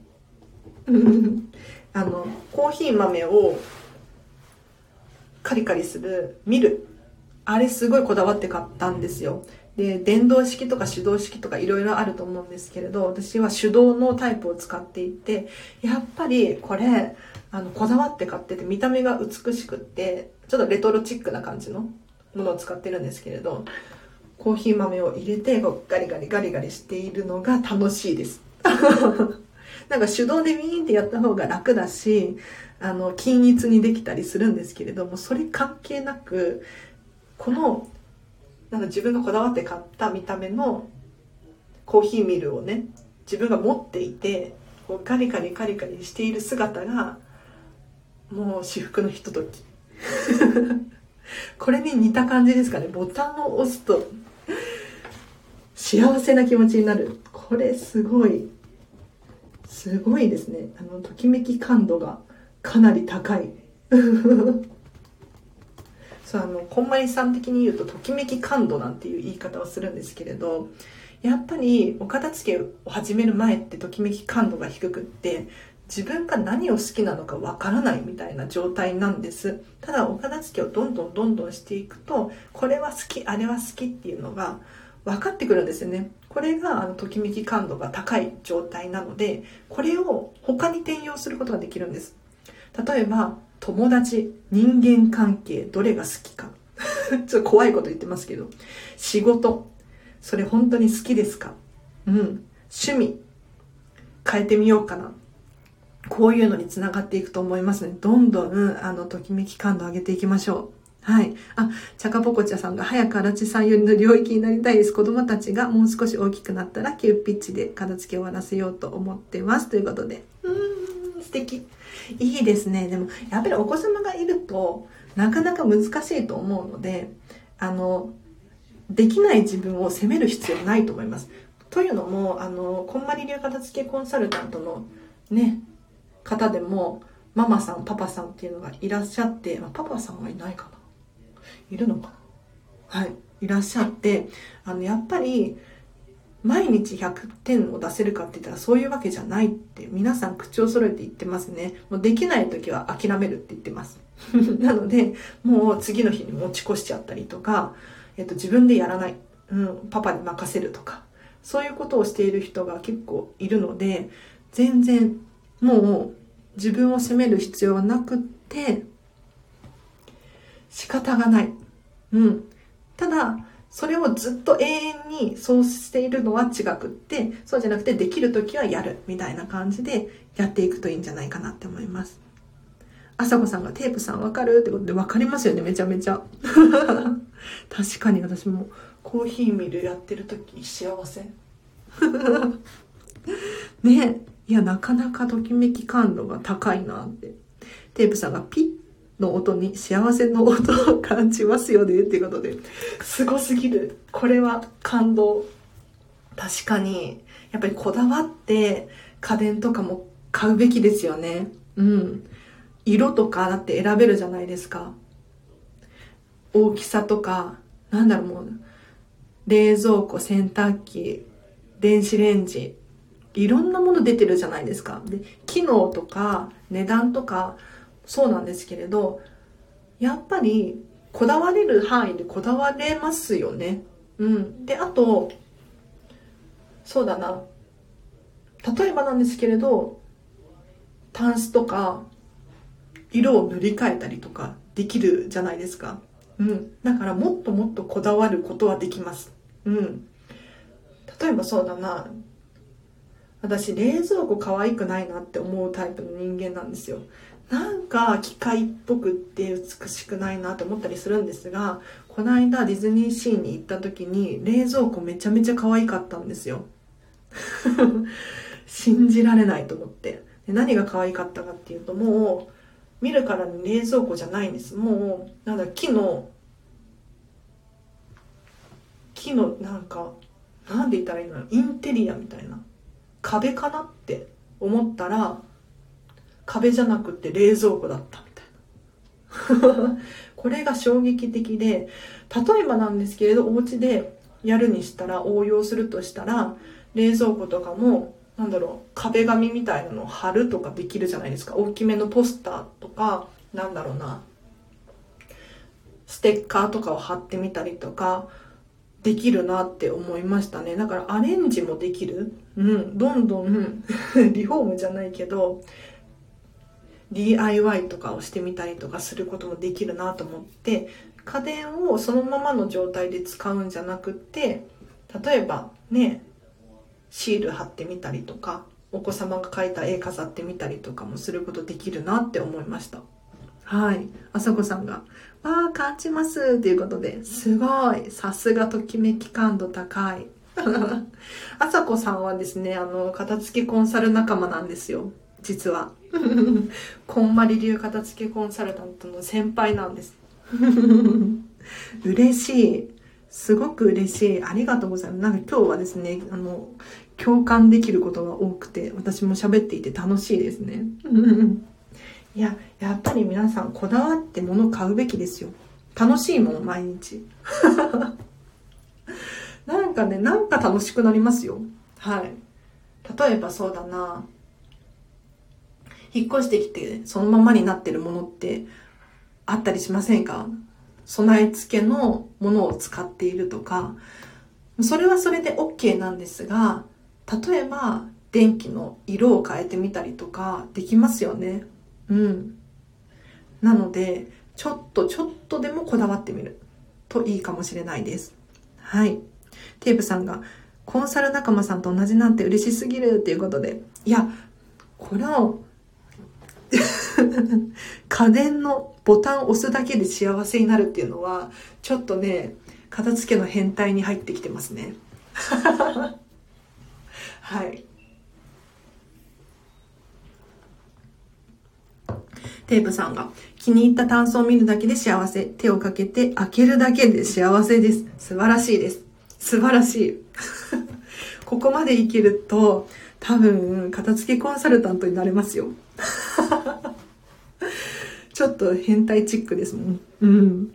あの、コーヒー豆をカリカリするミル、あれすごいこだわって買ったんですよ。で、電動式とか手動式とかいろいろあると思うんですけれど、私は手動のタイプを使っていて、やっぱりこれ、あの、こだわって買ってて見た目が美しくって、ちょっとレトロチックな感じのものを使ってるんですけれど、コーヒー豆を入れてこうガリガリガリガリしているのが楽しいです。なんか手動でビーンってやった方が楽だし、あの、均一にできたりするんですけれども、それ関係なく、この、なんか自分がこだわって買った見た目のコーヒーミルをね、自分が持っていて、こうガリガリガリガリしている姿が、もう至福のひととき。これに似た感じですかね。ボタンを押すと幸せな気持ちになる。これすごいすごいですね。あのときめき感度がかなり高いそうあのこんまりさん的に言うとときめき感度なんていう言い方をするんですけれど、やっぱりお片付けを始める前ってときめき感度が低くって、自分が何を好きなのかわからないみたいな状態なんです。ただお片付けをどんどんどんどんしていくと、これは好きあれは好きっていうのが分かってくるんですよね。これがあのときめき感度が高い状態なので、これを他に転用することができるんです。例えば友達、人間関係、どれが好きかちょっと怖いこと言ってますけど、仕事、それ本当に好きですか？うん。趣味、変えてみようかな。こういうのにつながっていくと思いますね。どんどん、あの、ときめき感度上げていきましょう。はい。あ、チャカポコチャさんが早く足立さんよりの領域になりたいです。子供たちがもう少し大きくなったら急ピッチで片付け終わらせようと思ってます。ということで。うーん、素敵。いいですね。でも、やっぱりお子様がいると、なかなか難しいと思うので、あの、できない自分を責める必要ないと思います。というのも、あの、こんまり流片付けコンサルタントのね、方でも、ママさん、パパさんっていうのがいらっしゃって、まあ、パパさんはいないかな？いるのかな？はい。いらっしゃって、あの、やっぱり、毎日ひゃくてんを出せるかって言ったらそういうわけじゃないって皆さん口を揃えて言ってますね。もうできない時は諦めるって言ってます。なので、もう次の日に持ち越しちゃったりとか、えっと、自分でやらない、うん、パパに任せるとか、そういうことをしている人が結構いるので、全然もう自分を責める必要はなくって、仕方がない。うん。ただ、それをずっと永遠にそうしているのは違くって、そうじゃなくてできるときはやるみたいな感じでやっていくといいんじゃないかなって思います。あさこさんがテープさんわかるってことで、わかりますよね、めちゃめちゃ。確かに私もコーヒーミルやってるとき幸せ。ね、いやなかなかときめき感度が高いなって。テープさんがピッの音に幸せの音を感じますよねっていうことで、すごすぎる。これは感動。確かにやっぱりこだわって家電とかも買うべきですよね。うん。色とかだって選べるじゃないですか。大きさとか、なんだろう、もう冷蔵庫、洗濯機、電子レンジ、いろんなもの出てるじゃないですか。で、機能とか値段とかそうなんですけれど、やっぱりこだわれる範囲でこだわれますよね。うん。で、あと、そうだな。例えばなんですけれど、タンスとか色を塗り替えたりとかできるじゃないですか。うん。だからもっともっとこだわることはできます。うん。例えばそうだな。私、冷蔵庫可愛くないなって思うタイプの人間なんですよ。なんか機械っぽくって美しくないなって思ったりするんですが、この間ディズニーシーに行った時に冷蔵庫めちゃめちゃ可愛かったんですよ。信じられないと思って。で、何が可愛かったかっていうと、もう見るからに冷蔵庫じゃないんです。もうなんだ木の木のなんかなんで言ったらいいの、インテリアみたいな壁かなって思ったら、壁じゃなくて冷蔵庫だったみたいな。これが衝撃的で、例えばなんですけれど、お家でやるにしたら、応用するとしたら、冷蔵庫とかもなんだろう、壁紙みたいなのを貼るとかできるじゃないですか。大きめのポスターとか、なんだろうな、ステッカーとかを貼ってみたりとかできるなって思いましたね。だからアレンジもできる。うん、どんどんリフォームじゃないけど ディーアイワイ とかをしてみたりとかすることもできるなと思って、家電をそのままの状態で使うんじゃなくって、例えばね、シール貼ってみたりとか、お子様が描いた絵飾ってみたりとかもすることできるなって思いました。はい。あさこさんが、わー感じますっていうことで、すごい。さすがときめき感度高い。あさこさんはですね、あの、片付けコンサル仲間なんですよ。実は。こんまり流片付けコンサルタントの先輩なんです。嬉しい。すごく嬉しい。ありがとうございます。なんか今日はですね、あの、 共感できることが多くて、私も喋っていて楽しいですね。いや、やっぱり皆さんこだわって物を買うべきですよ。楽しいもん、毎日。なんかね、なんか楽しくなりますよ。はい。例えばそうだな、引っ越してきてそのままになってるものってあったりしませんか？備え付けのものを使っているとか、それはそれで OK なんですが、例えば電気の色を変えてみたりとかできますよね。うん。なので、ちょっとちょっとでもこだわってみるといいかもしれないです。はい。テープさんが、コンサル仲間さんと同じなんて嬉しすぎるっていうことで、いや、この家電のボタンを押すだけで幸せになるっていうのは、ちょっとね、片付けの変態に入ってきてますね。はい。テープさんが、気に入ったタンスを見るだけで幸せ、手をかけて開けるだけで幸せです。素晴らしいです。素晴らしい。ここまでいけると、多分、片付けコンサルタントになれますよ。ちょっと変態チックですもん。うん、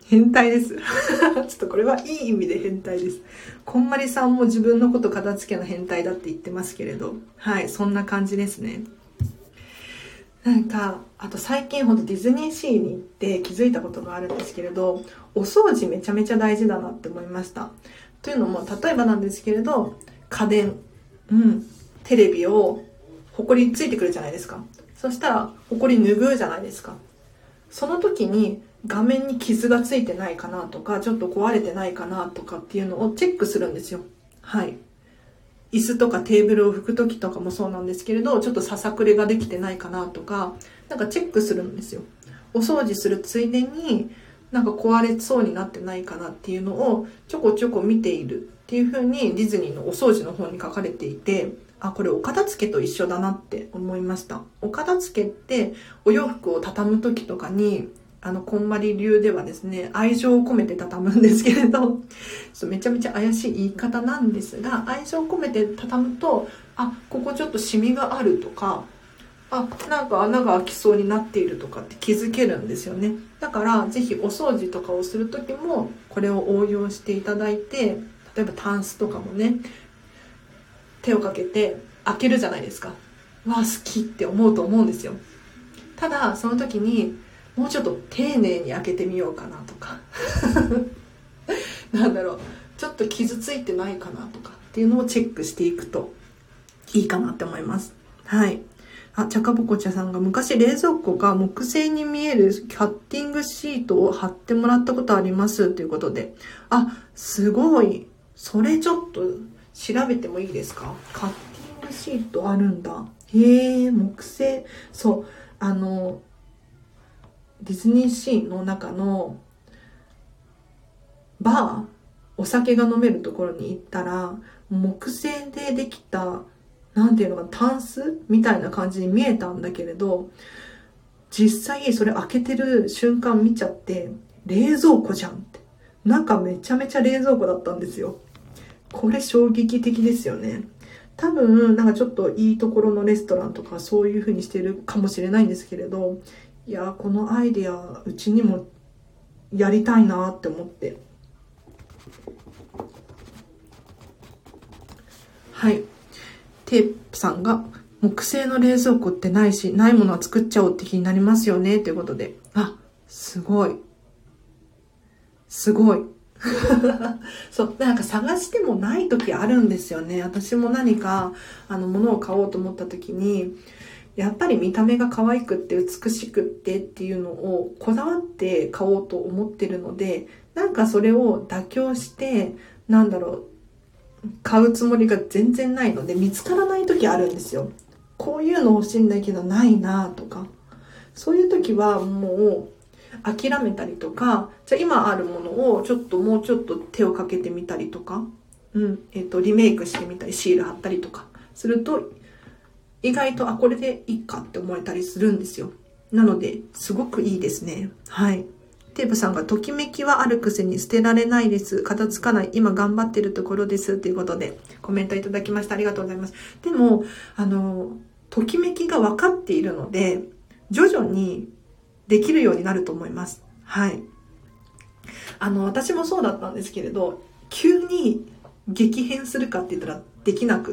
変態です。ちょっとこれはいい意味で変態です。こんまりさんも自分のこと片付けの変態だって言ってますけれど、はい、そんな感じですね。なんか、あと最近ほんとディズニーシーに行って気づいたことがあるんですけれど、お掃除めちゃめちゃ大事だなって思いました。というのも、例えばなんですけれど、家電、うん、テレビをホコリついてくるじゃないですか。そしたらホコリ拭うじゃないですか。その時に画面に傷がついてないかなとか、ちょっと壊れてないかなとかっていうのをチェックするんですよ。はい。椅子とかテーブルを拭く時とかもそうなんですけれど、ちょっとささくれができてないかなとか、なんかチェックするんですよ。お掃除するついでに、なんか壊れそうになってないかなっていうのをちょこちょこ見ているっていう風にディズニーのお掃除の方に書かれていて、あ、これお片付けと一緒だなって思いました。お片付けってお洋服を畳む時とかに、あの、こんまり流ではですね、愛情を込めて畳むんですけれど、めちゃめちゃ怪しい言い方なんですが、愛情を込めて畳むと、あ、ここちょっとシミがあるとか、あ、なんか穴が開きそうになっているとかって気づけるんですよね。だからぜひお掃除とかをする時もこれを応用していただいて、例えばタンスとかもね、手をかけて開けるじゃないですか。わあ、好きって思うと思うんですよ。ただその時にもうちょっと丁寧に開けてみようかなとかなんだろう、ちょっと傷ついてないかなとかっていうのをチェックしていくといいかなって思います。はい。あ、ちゃかぼこちゃさんが、昔冷蔵庫が木製に見えるカッティングシートを貼ってもらったことありますということで。あ、すごい。それちょっと調べてもいいですか？カッティングシートあるんだ。へえ、木製。そう。あの、ディズニーシーの中のバー、お酒が飲めるところに行ったら、木製でできたなんていうのか、タンスみたいな感じに見えたんだけれど、実際それ開けてる瞬間見ちゃって、冷蔵庫じゃんって。中めちゃめちゃ冷蔵庫だったんですよ。これ衝撃的ですよね。多分、なんかちょっといいところのレストランとかそういう風にしてるかもしれないんですけれど、いや、このアイデア、うちにもやりたいなって思って。はい。テープさんが、木製の冷蔵庫ってないし、ないものは作っちゃおうって気になりますよね、ということで。あ、すごい。すごい。そう、なんか探してもない時あるんですよね。私も何か、あの、物を買おうと思った時に、やっぱり見た目が可愛くって美しくってっていうのをこだわって買おうと思ってるので、なんかそれを妥協して、なんだろう、買うつもりが全然ないので見つからない時あるんですよ。こういうの欲しいんだけどないなとか、そういう時はもう諦めたりとか、じゃあ今あるものをちょっともうちょっと手をかけてみたりとか、うんえーと、リメイクしてみたりシール貼ったりとかすると意外とあこれでいいかって思えたりするんですよ。なのですごくいいですね。はい。 テープさんが、ときめきはあるくせに捨てられないです。片付かない。今頑張ってるところです。ということで、コメントいただきました。ありがとうございます。でも、あの、ときめきが分かっているので、徐々にできるようになると思います。はい。あの、私もそうだったんですけれど、急に激変するかって言ったらできなくって、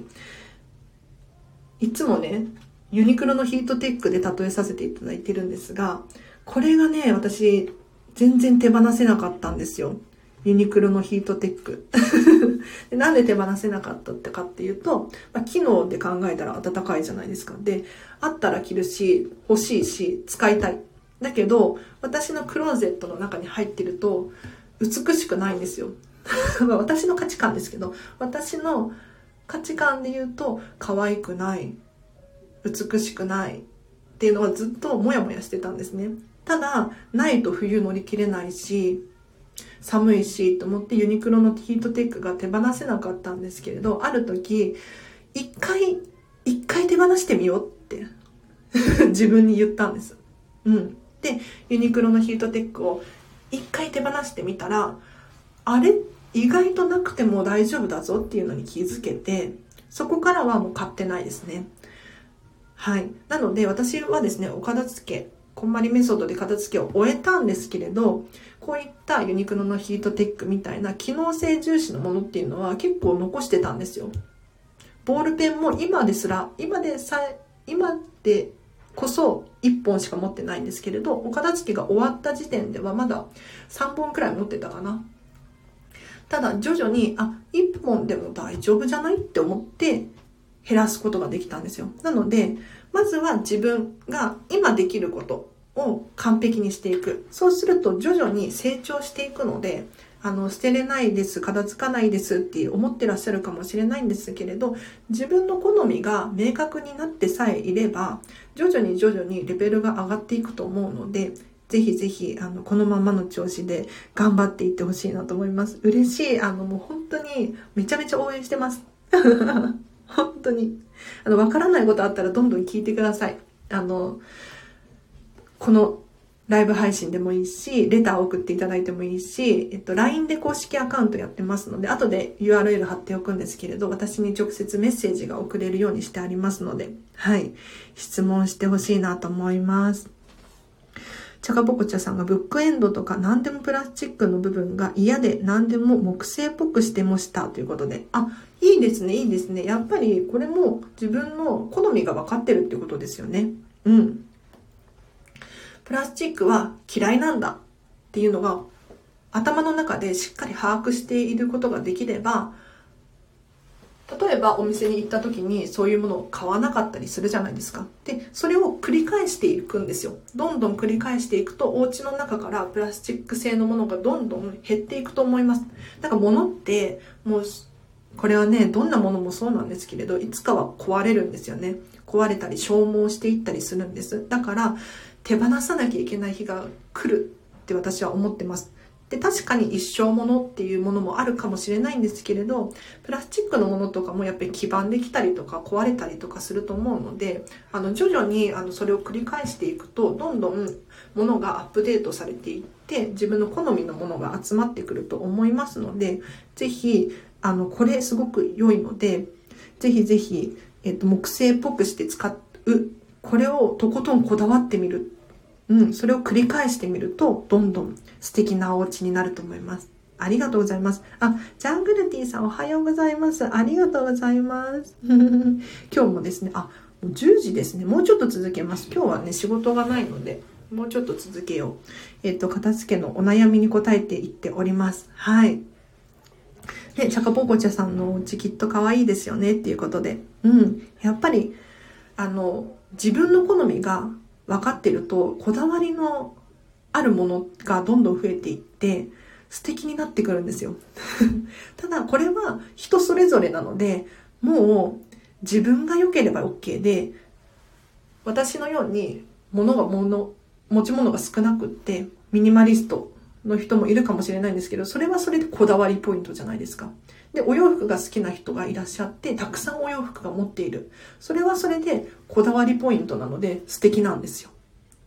いつもね、ユニクロのヒートテックで例えさせていただいてるんですが、これがね、私、全然手放せなかったんですよ。ユニクロのヒートテック。でなんで手放せなかったってかっていうと、まあ、機能で考えたら暖かいじゃないですか。で、あったら着るし、欲しいし、使いたい。だけど、私のクローゼットの中に入ってると、美しくないんですよ。私の価値観ですけど、私の価値観で言うと、可愛くない、美しくないっていうのはずっとモヤモヤしてたんですね。ただ、ないと冬乗り切れないし、寒いしと思ってユニクロのヒートテックが手放せなかったんですけれど、ある時、一回、一回手放してみようって自分に言ったんです。うん。で、ユニクロのヒートテックを一回手放してみたら、あれ意外となくても大丈夫だぞっていうのに気づけて、そこからはもう買ってないですね。はい。なので私はですね、お片付け、こんまりメソッドで片付けを終えたんですけれど、こういったユニクロのヒートテックみたいな機能性重視のものっていうのは結構残してたんですよ。ボールペンも今ですら、今でさえ、今でこそいっぽんしか持ってないんですけれど、お片付けが終わった時点ではまださんぼんくらい持ってたかな。ただ徐々に、あ、いっぽんでも大丈夫じゃないって思って減らすことができたんですよ。なので、まずは自分が今できることを完璧にしていく。そうすると徐々に成長していくので、あの、捨てれないです、片付かないですって思ってらっしゃるかもしれないんですけれど、自分の好みが明確になってさえいれば、徐々に徐々にレベルが上がっていくと思うので、ぜひぜひ、あの、このままの調子で頑張っていってほしいなと思います。嬉しい。あの、もう本当にめちゃめちゃ応援してます。本当に。あの、わからないことあったらどんどん聞いてください。あの、このライブ配信でもいいし、レターを送っていただいてもいいし、えっと、ライン で公式アカウントやってますので、後で ユーアールエル 貼っておくんですけれど、私に直接メッセージが送れるようにしてありますので、はい。質問してほしいなと思います。チャカポコチャさんがブックエンドとか何でもプラスチックの部分が嫌で何でも木製っぽくしてましたということで。あ、いいですね、いいですね。やっぱりこれも自分の好みが分かってるってことですよね。うん。プラスチックは嫌いなんだっていうのが頭の中でしっかり把握していることができれば、例えばお店に行った時にそういうものを買わなかったりするじゃないですか。で、それを繰り返していくんですよ。どんどん繰り返していくと、お家の中からプラスチック製のものがどんどん減っていくと思います。だから物って、もう、これはね、どんなものもそうなんですけれど、いつかは壊れるんですよね。壊れたり消耗していったりするんです。だから、手放さなきゃいけない日が来るって私は思ってます。で、確かに一生ものっていうものもあるかもしれないんですけれど、プラスチックのものとかもやっぱり黄ばんできたりとか壊れたりとかすると思うので、あの徐々にあのそれを繰り返していくと、どんどんものがアップデートされていって、自分の好みのものが集まってくると思いますので、ぜひ、あの、これすごく良いので、ぜひぜひ、えっと、木製っぽくして使う、これをとことんこだわってみる。うん、それを繰り返してみると、どんどん素敵なお家になると思います。ありがとうございます。あ、ジャングルティーさんおはようございます。ありがとうございます。今日もですね、あ、もうじゅうじですね。もうちょっと続けます。今日はね、仕事がないので、もうちょっと続けよう。えっと、片付けのお悩みに答えていっております。はい。で、チャカポコチャさんのお家きっと可愛いですよねっていうことで。うん。やっぱり、あの、自分の好みが分かってると、こだわりのあるものがどんどん増えていって素敵になってくるんですよ。ただこれは人それぞれなので、もう自分が良ければ OK で、私のように物が物持ち物が少なくってミニマリストの人もいるかもしれないんですけど、それはそれでこだわりポイントじゃないですか。で、お洋服が好きな人がいらっしゃって、たくさんお洋服が持っている。それはそれでこだわりポイントなので素敵なんですよ。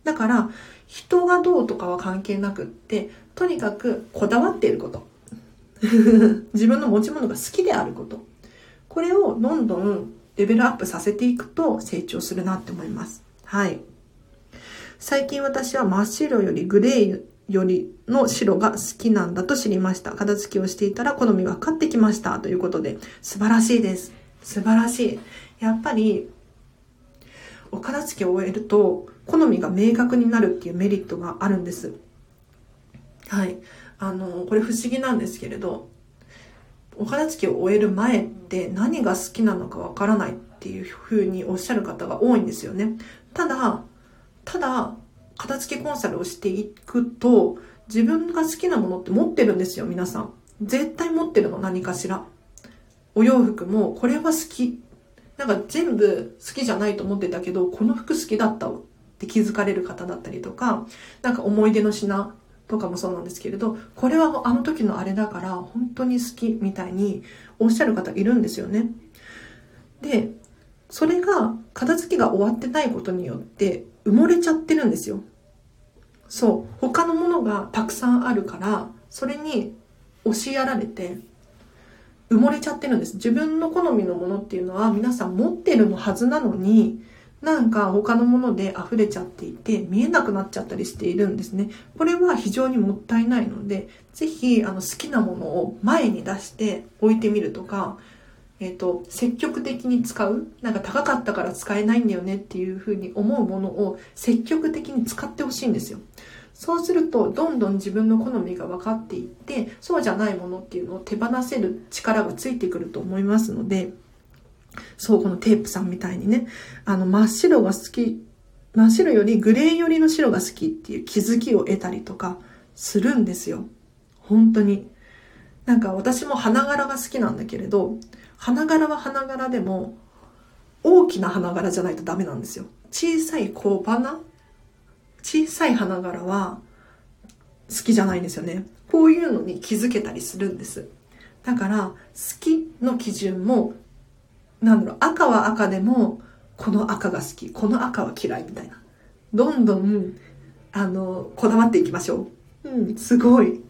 だから人がどうとかは関係なくって、とにかくこだわっていること自分の持ち物が好きであること、これをどんどんレベルアップさせていくと成長するなって思います。はい。最近私は真っ白よりグレーよりの白が好きなんだと知りました。片付けをしていたら好みが分かってきましたということで、素晴らしいです。素晴らしい。やっぱりお片付けを終えると好みが明確になるっていうメリットがあるんです。はい。あのこれ不思議なんですけれど、お片付けを終える前って何が好きなのかわからないっていう風におっしゃる方が多いんですよね。ただただ片付けコンサルをしていくと、自分が好きなものって持ってるんですよ。皆さん絶対持ってるの、何かしら。お洋服もこれは好き、なんか全部好きじゃないと思ってたけどこの服好きだったって気づかれる方だったりとか、なんか思い出の品とかもそうなんですけれど、これはあの時のあれだから本当に好きみたいにおっしゃる方いるんですよね。でそれが片付けが終わってないことによって埋もれちゃってるんですよ。そう、他のものがたくさんあるから、それに押しやられて埋もれちゃってるんです。自分の好みのものっていうのは皆さん持ってるのはずなのに、なんか他のもので溢れちゃっていて見えなくなっちゃったりしているんですね。これは非常にもったいないので、ぜひあの好きなものを前に出して置いてみるとか、えーと、積極的に使う、なんか高かったから使えないんだよねっていうふうに思うものを積極的に使ってほしいんですよ。そうするとどんどん自分の好みが分かっていって、そうじゃないものっていうのを手放せる力がついてくると思いますので、そう、このテープさんみたいにね、あの真っ白が好き、真っ白よりグレーよりの白が好きっていう気づきを得たりとかするんですよ。本当に。なんか私も花柄が好きなんだけれど、花柄は花柄でも大きな花柄じゃないとダメなんですよ。小さい小花、小さい花柄は好きじゃないんですよね。こういうのに気づけたりするんです。だから好きの基準も、なんだろう、赤は赤でもこの赤が好き、この赤は嫌いみたいな、どんどんあのこだわっていきましょう。うん、すごい。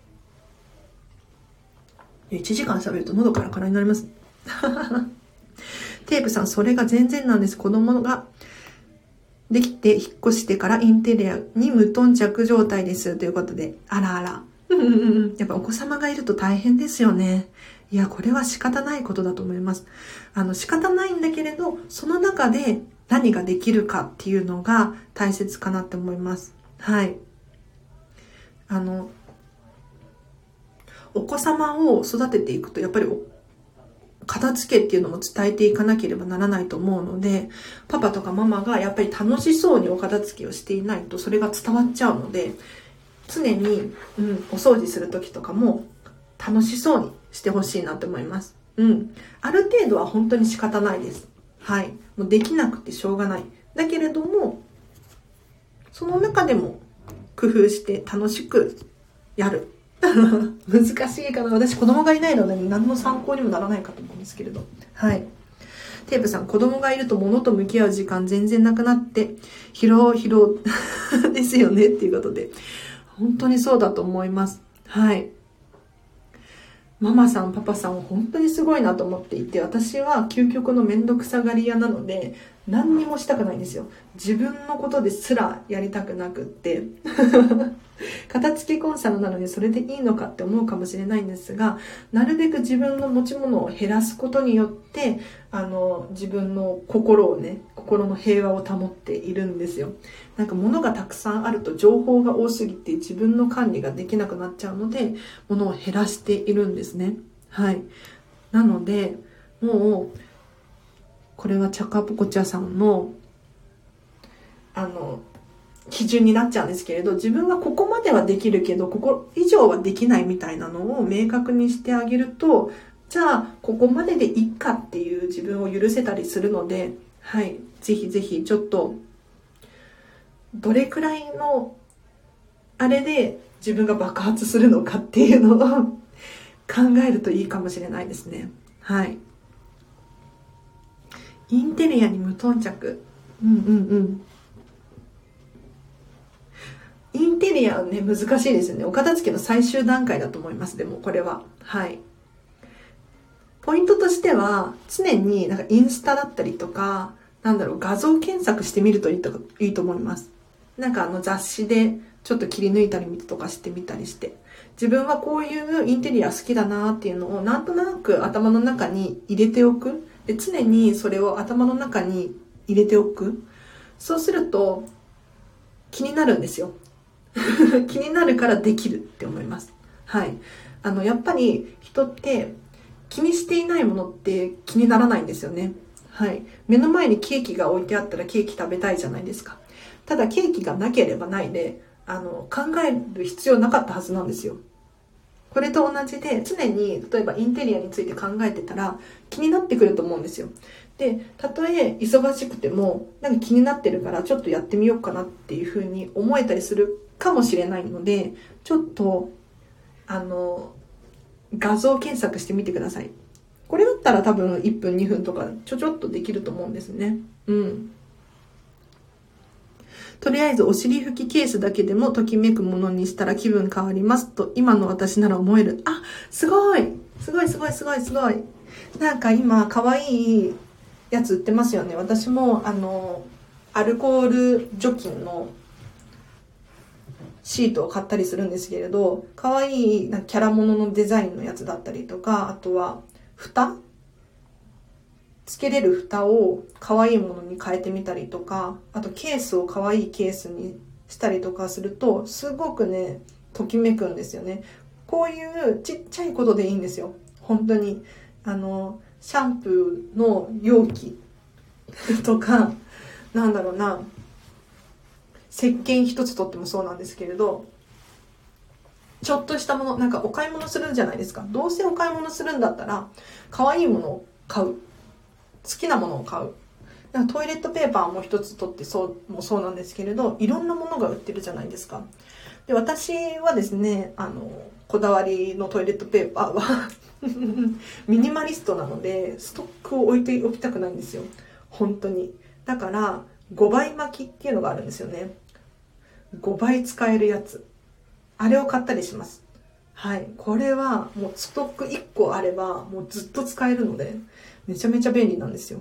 いちじかん喋ると喉カラカラになります。テープさん、それが全然なんです。子供ができて引っ越してからインテリアに無頓着状態ですということで、あらあらやっぱお子様がいると大変ですよね。いや、これは仕方ないことだと思います。あの仕方ないんだけれど、その中で何ができるかっていうのが大切かなって思います。はい。あのお子様を育てていくと、やっぱり片付けっていうのも伝えていかなければならないと思うので、パパとかママがやっぱり楽しそうにお片付けをしていないとそれが伝わっちゃうので、常に、うん、お掃除する時とかも楽しそうにしてほしいなと思います。うん、ある程度は本当に仕方ないです。はい、もうできなくてしょうがない。だけれども、その中でも工夫して楽しくやる。難しいかな。私子供がいないので何の参考にもならないかと思うんですけれど。はい。テープさん、子供がいると物と向き合う時間全然なくなって疲労疲労ですよねっていうことで、本当にそうだと思います。はい。ママさんパパさんは本当にすごいなと思っていて、私は究極のめんどくさがり屋なので何にもしたくないんですよ。自分のことですらやりたくなくって片付けコンサルなのにそれでいいのかって思うかもしれないんですが、なるべく自分の持ち物を減らすことによってあの自分の心をね心の平和を保っているんですよ。なんか物がたくさんあると情報が多すぎて自分の管理ができなくなっちゃうので、物を減らしているんですね。はい。なのでもうこれはチャカポコチャさんのあの基準になっちゃうんですけれど、自分はここまではできるけどここ以上はできないみたいなのを明確にしてあげると、じゃあここまででいいかっていう自分を許せたりするので、はい、ぜひぜひちょっとどれくらいのあれで自分が爆発するのかっていうのを考えるといいかもしれないですね。はい。インテリアに無頓着。うんうんうん。 テリアはね、難しいですよね。お片付けの最終段階だと思います。でも、これは。はい。ポイントとしては、常になんかインスタだったりとか、なんだろう、画像検索してみるといいと、いいと思います。なんかあの雑誌でちょっと切り抜いたりとかしてみたりして。自分はこういうインテリア好きだなっていうのをなんとなく頭の中に入れておく。で、常にそれを頭の中に入れておく。そうすると気になるんですよ。気になるからできるって思います。はい。あの、やっぱり人って気にしていないものって気にならないんですよね。はい。目の前にケーキが置いてあったらケーキ食べたいじゃないですか。ただケーキがなければないで、あの、考える必要なかったはずなんですよ。これと同じで、常に例えばインテリアについて考えてたら気になってくると思うんですよ。で、たとえ忙しくても、なんか気になってるからちょっとやってみようかなっていうふうに思えたりするかもしれないので、ちょっと、あの、画像検索してみてください。これだったら多分いっぷんにふんとかちょちょっとできると思うんですね。うん。とりあえずお尻拭きケースだけでもときめくものにしたら気分変わりますと今の私なら思える。あ、すごいすごいすごいすごいすごい。なんか今可愛いやつ売ってますよね。私もあのアルコール除菌のシートを買ったりするんですけれど、可愛いなんかキャラもののデザインのやつだったりとか、あとは蓋つけれる蓋を可愛いものに変えてみたりとか、あとケースを可愛いケースにしたりとかするとすごくねときめくんですよね。こういうちっちゃいことでいいんですよ。本当にあのシャンプーの容器とか、なんだろうな、石鹸一つとってもそうなんですけれど、ちょっとしたもの、なんかお買い物するんじゃないですか。どうせお買い物するんだったら可愛いものを買う、好きなものを買う。なんかトイレットペーパーも一つ取ってそうもそうなんですけれど、いろんなものが売ってるじゃないですか。で、私はですね、あのこだわりのトイレットペーパーはミニマリストなのでストックを置いておきたくないんですよ。本当に。だからごばい巻きっていうのがあるんですよね。ごばい使えるやつ。あれを買ったりします。はい。これはもうストックいっこあればもうずっと使えるのでめちゃめちゃ便利なんですよ。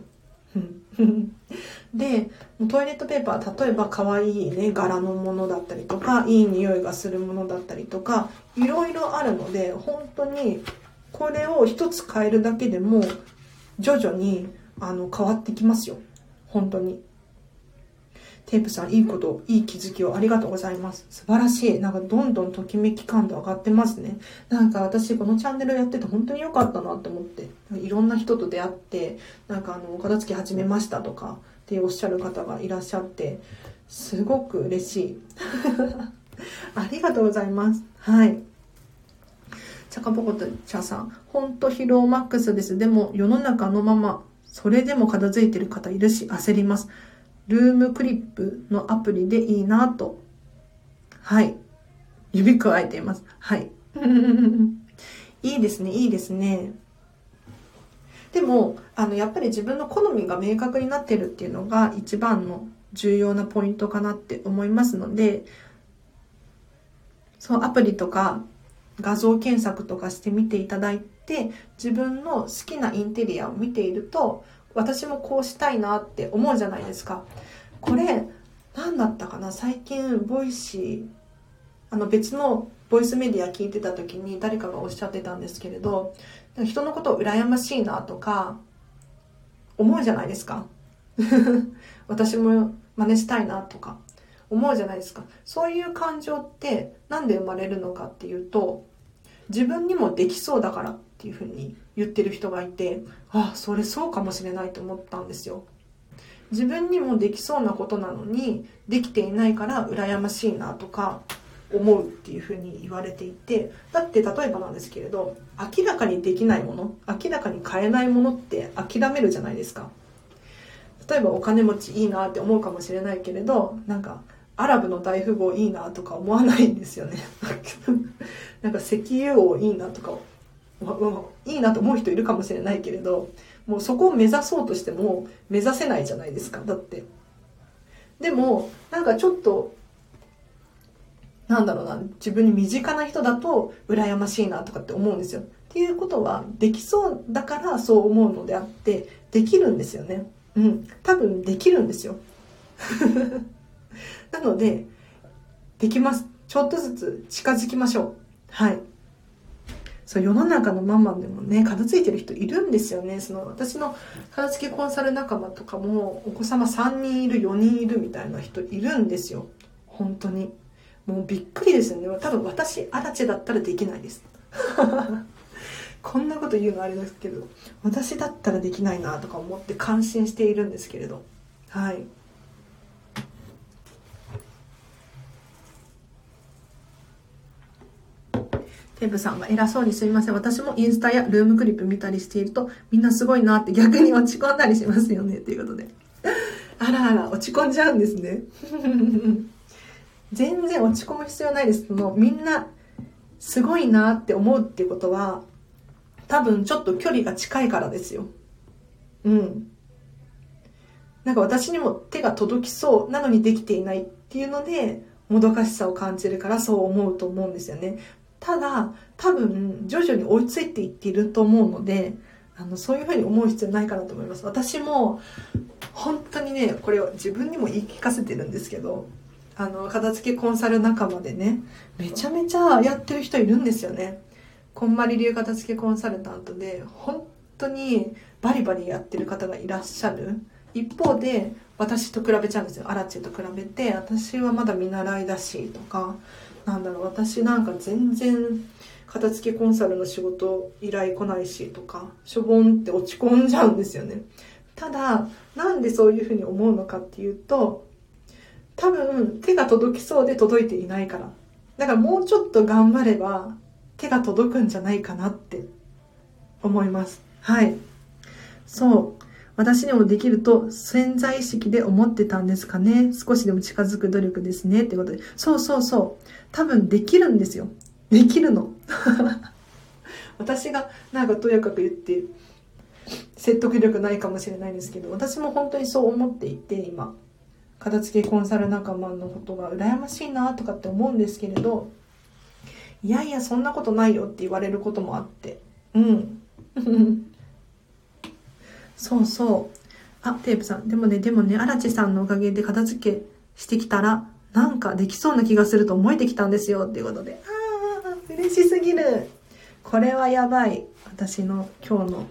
で、トイレットペーパー、例えば可愛いね柄のものだったりとか、いい匂いがするものだったりとか、いろいろあるので、本当にこれを一つ変えるだけでも徐々にあの変わってきますよ。本当に。テープさん、いいこと、いい気づきをありがとうございます。素晴らしい。なんかどんどんときめき感度上がってますね。なんか私このチャンネルやってて本当に良かったなって思って、いろんな人と出会って、なんかあの、お片付け始めましたとかっておっしゃる方がいらっしゃって、すごく嬉しい。ありがとうございます。はい。チャカポコとチャさん、本当疲労マックスです。でも世の中のまま、それでも片付いてる方いるし焦ります。ルームクリップのアプリでいいなと。はい。指くわえています。はい。いいですね、いいですね。でも、あの、やっぱり自分の好みが明確になっているっていうのが一番の重要なポイントかなって思いますので、そのアプリとか画像検索とかしてみていただいて、自分の好きなインテリアを見ていると、私もこうしたいなって思うじゃないですか。これ何だったかな、最近ボイシーあの別のボイスメディア聞いてた時に誰かがおっしゃってたんですけれど、人のことを羨ましいなとか思うじゃないですか。私も真似したいなとか思うじゃないですか。そういう感情ってなんで生まれるのかっていうと、自分にもできそうだからっていうふうに言ってる人がいて、あ、それそうかもしれないと思ったんですよ。自分にもできそうなことなのにできていないから羨ましいなとか思うっていうふうに言われていて、だって例えばなんですけれど、明らかにできないもの、明らかに買えないものって諦めるじゃないですか。例えばお金持ちいいなって思うかもしれないけれど、なんかアラブの大富豪いいなとか思わないんですよね。なんか石油王いいなとかいいなと思う人いるかもしれないけれど、もうそこを目指そうとしても目指せないじゃないですか。だってでもなんかちょっとなんだろうな、自分に身近な人だと羨ましいなとかって思うんですよ。っていうことはできそうだからそう思うのであって、できるんですよね。うん、多分できるんですよ。なのでできます。ちょっとずつ近づきましょう。はい。そう、世の中のママでもね、片付いてる人いるんですよね。その私の片付けコンサル仲間とかもお子様さんにんいる、よにんいるみたいな人いるんですよ。本当にもうびっくりですよね。多分私アラチェだったらできないです。こんなこと言うのあれですけど、私だったらできないなとか思って感心しているんですけれど、はい。テープさんが偉そうにすみません。私もインスタやルームクリップ見たりしていると、みんなすごいなって逆に落ち込んだりしますよね。ということで。あらあら、落ち込んじゃうんですね。全然落ち込む必要ないです。そのみんなすごいなって思うっていうことは、多分ちょっと距離が近いからですよ。うん。なんか私にも手が届きそうなのにできていないっていうので、もどかしさを感じるからそう思うと思うんですよね。ただ、多分徐々に追いついていっていると思うので、あのそういうふうに思う必要ないかなと思います。私も本当にね、これを自分にも言い聞かせてるんですけど、あの片付けコンサル仲間でね、めちゃめちゃやってる人いるんですよね。こんまり流片付けコンサルタントで本当にバリバリやってる方がいらっしゃる。一方で私と比べちゃうんですよ。アラチェと比べて、私はまだ見習いだしとか、なんだろう、私なんか全然片付けコンサルの仕事依頼来ないしとか、しょぼんって落ち込んじゃうんですよね。ただ、なんでそういうふうに思うのかっていうと、多分手が届きそうで届いていないから。だからもうちょっと頑張れば手が届くんじゃないかなって思います。はい。そう。私にもできると潜在意識で思ってたんですかね。少しでも近づく努力ですね。ってことで。そうそうそう。多分できるんですよ。できるの。私がなんかとやかく言って説得力ないかもしれないですけど、私も本当にそう思っていて、今。片付けコンサル仲間のことが羨ましいなとかって思うんですけれど、いやいやそんなことないよって言われることもあって、うん。そうそう。あ、テープさん。でもね、でもね、荒地さんのおかげで片付けしてきたら、なんかできそうな気がすると思えてきたんですよ。っていうことで。あー、嬉しすぎる。これはやばい。私の今日の、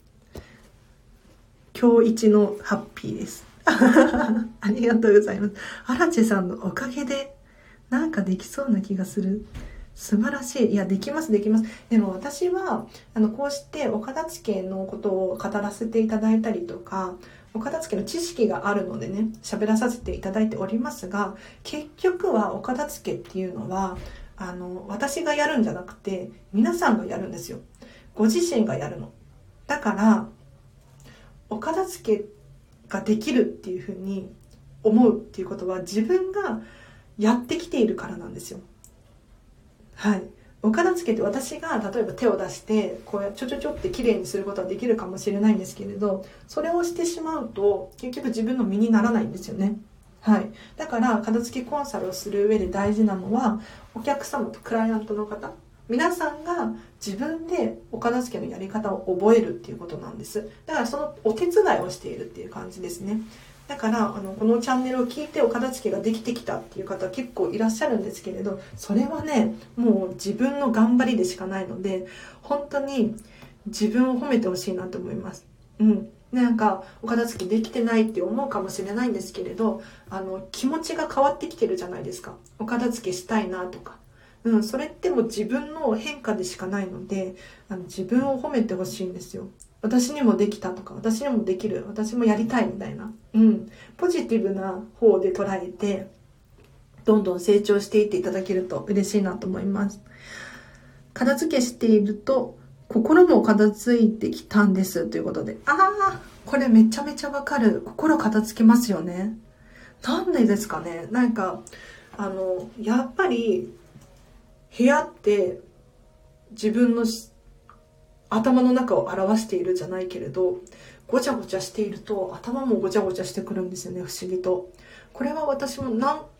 今日一のハッピーです。ありがとうございます。荒地さんのおかげで、なんかできそうな気がする。素晴らしい。いや、できます、できます。でも私は、あの、こうしてお片付けのことを語らせていただいたりとか、お片付けの知識があるのでね、喋らさせていただいておりますが、結局はお片付けっていうのは、あの、私がやるんじゃなくて、皆さんがやるんですよ。ご自身がやるの。だから、お片付けができるっていうふうに思うっていうことは、自分がやってきているからなんですよ。はい、お片付けて私が例えば手を出してこうやちょちょちょってきれいにすることはできるかもしれないんですけれど、それをしてしまうと結局自分の身にならないんですよね。はい、だから片付けコンサルをする上で大事なのは、お客様とクライアントの方皆さんが自分でお片付けのやり方を覚えるっていうことなんです。だからそのお手伝いをしているっていう感じですね。だからあのこのチャンネルを聞いてお片付けができてきたっていう方結構いらっしゃるんですけれど、それはねもう自分の頑張りでしかないので、本当に自分を褒めてほしいなと思います。うん、なんかお片付けできてないって思うかもしれないんですけれど、あの気持ちが変わってきてるじゃないですか。お片付けしたいなとか、うん、それってもう自分の変化でしかないので、あの自分を褒めてほしいんですよ。私にもできたとか、私にもできる、私もやりたいみたいな、うん、ポジティブな方で捉えてどんどん成長していっていただけると嬉しいなと思います。片付けしていると心も片付いてきたんですということで、ああこれめちゃめちゃわかる。心片付けますよね。なんでですかね。なんかあのやっぱり部屋って自分の頭の中を表しているじゃないけれど、ごちゃごちゃしていると頭もごちゃごちゃしてくるんですよね、不思議と。これは私も何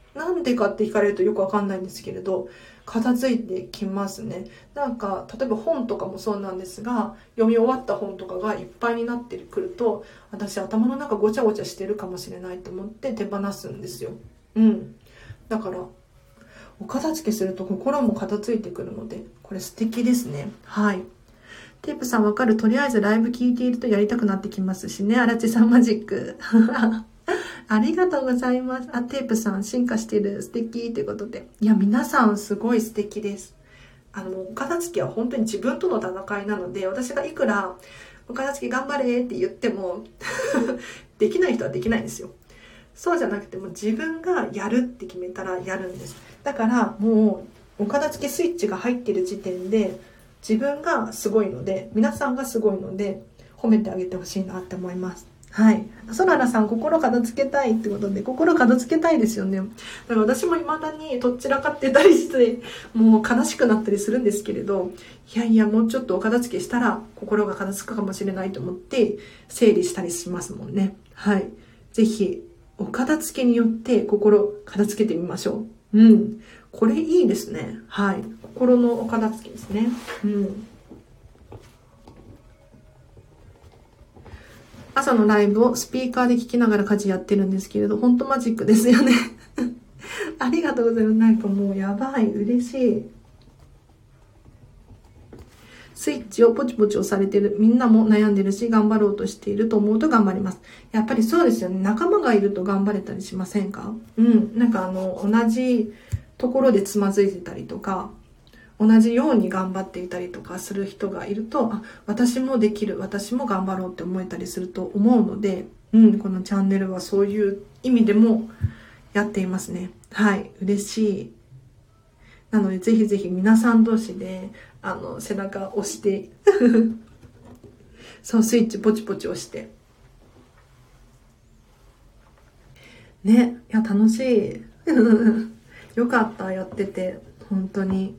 なんでかって聞かれるとよくわかんないんですけれど、片付いてきますね。なんか例えば本とかもそうなんですが、読み終わった本とかがいっぱいになってくると、私頭の中ごちゃごちゃしてるかもしれないと思って手放すんですよ。うん。だからお片付けすると心も片付いてくるので、これ素敵ですね。はい。テープさんわかる。とりあえずライブ聞いているとやりたくなってきますしね。荒地さんマジック。ありがとうございます。あ、テープさん進化してる。素敵ということで。いや、皆さんすごい素敵です。あの、お片付けは本当に自分との戦いなので、私がいくらお片付け頑張れって言ってもできない人はできないんですよ。そうじゃなくても自分がやるって決めたらやるんです。だからもうお片付けスイッチが入ってる時点で自分がすごいので、皆さんがすごいので褒めてあげてほしいなって思います。はい。ソララさん、心片付けたいってことで、心片付けたいですよね。だから私も未だにとっちらかってたりして、もう悲しくなったりするんですけれど、いやいや、もうちょっとお片付けしたら心が片付くかもしれないと思って整理したりしますもんね。はい。ぜひ、お片付けによって心片付けてみましょう。うん。これいいですね。はい。心のお片付けですね。うん。朝のライブをスピーカーで聞きながら家事やってるんですけれど、ほんとマジックですよね。ありがとうございます。なんかもうやばい。嬉しい。スイッチをポチポチ押されてる。みんなも悩んでるし、頑張ろうとしていると思うと頑張ります。やっぱりそうですよね。仲間がいると頑張れたりしませんか？うん。なんかあの、同じところでつまずいてたりとか、同じように頑張っていたりとかする人がいると、あ、私もできる、私も頑張ろうって思えたりすると思うので、うん、このチャンネルはそういう意味でもやっていますね。はい、嬉しい。なのでぜひぜひ皆さん同士で、あの、背中押して、そう、スイッチポチポチ押して。ね、いや、楽しい。よかった、やってて、本当に。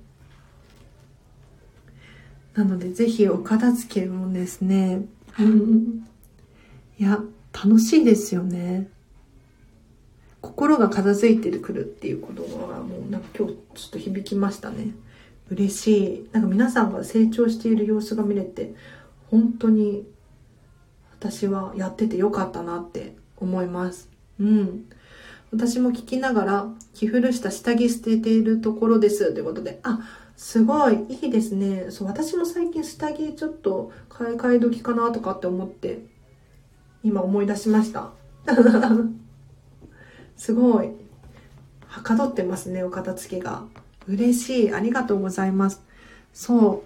なのでぜひお片付けもですね、いや楽しいですよね。心が片付いてくるっていうことはもうなんか今日ちょっと響きましたね。嬉しい。なんか皆さんが成長している様子が見れて本当に私はやっててよかったなって思います。うん。私も聞きながら着古した下着捨てているところですということで、あ、すごいいいですね。そう、私も最近下着ちょっと買い替え時かなとかって思って今思い出しました。すごいはかどってますね、お片付けが。嬉しい。ありがとうございます。そう、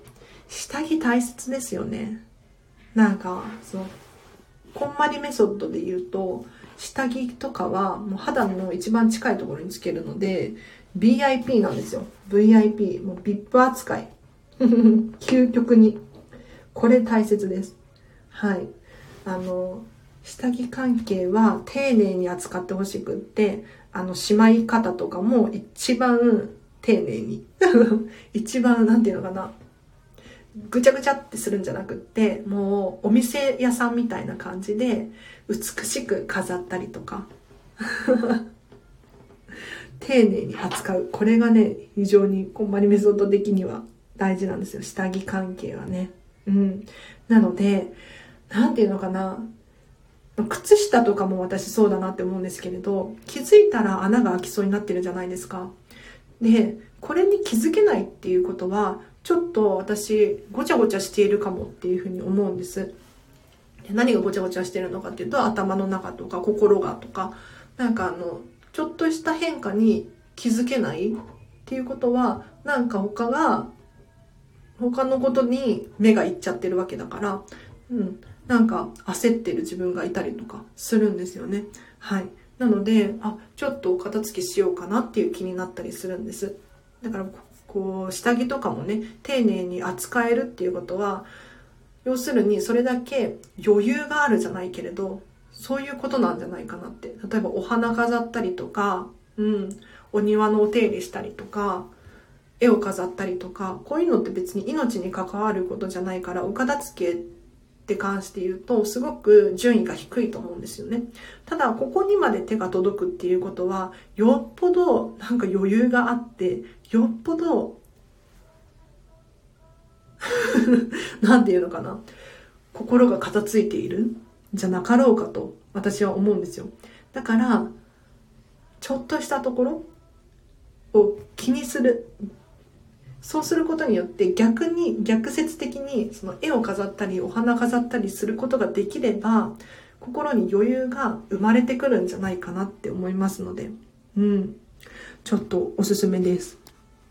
下着大切ですよね。なんかそう、こんまりメソッドで言うと下着とかはもう肌の一番近いところにつけるので ブイアイピー なんですよ。 ブイアイピー もう ブイアイピー 扱い究極にこれ大切です。はい。あの下着関係は丁寧に扱ってほしくって、あのしまい方とかも一番丁寧に一番なんていうのかな、ぐちゃぐちゃってするんじゃなくって、もうお店屋さんみたいな感じで美しく飾ったりとか丁寧に扱う。これがね、非常にこんまりメソッド的には大事なんですよ。下着関係はね。うん。なので、なんていうのかな。靴下とかも私そうだなって思うんですけれど、気づいたら穴が開きそうになってるじゃないですか。で、これに気づけないっていうことは、ちょっと私ごちゃごちゃしているかもっていうふうに思うんです。何がごちゃごちゃしてるのかっていうと、頭の中とか心がとか、なんかあのちょっとした変化に気づけないっていうことは、なんか他が他のことに目がいっちゃってるわけだから、うん、なんか焦ってる自分がいたりとかするんですよね。はい。なので、あ、ちょっとお片付けしようかなっていう気になったりするんです。だからこう下着とかもね、丁寧に扱えるっていうことは、要するにそれだけ余裕があるじゃないけれど、そういうことなんじゃないかなって。例えばお花飾ったりとか、うん、お庭のお手入れしたりとか、絵を飾ったりとか、こういうのって別に命に関わることじゃないから、お片付けって関して言うとすごく順位が低いと思うんですよね。ただここにまで手が届くっていうことはよっぽどなんか余裕があってよっぽどなんていうのかな、心が片付いているんじゃなかろうかと私は思うんですよ。だからちょっとしたところを気にする、そうすることによって逆に逆説的にその絵を飾ったりお花飾ったりすることができれば心に余裕が生まれてくるんじゃないかなって思いますので、うん、ちょっとおすすめです。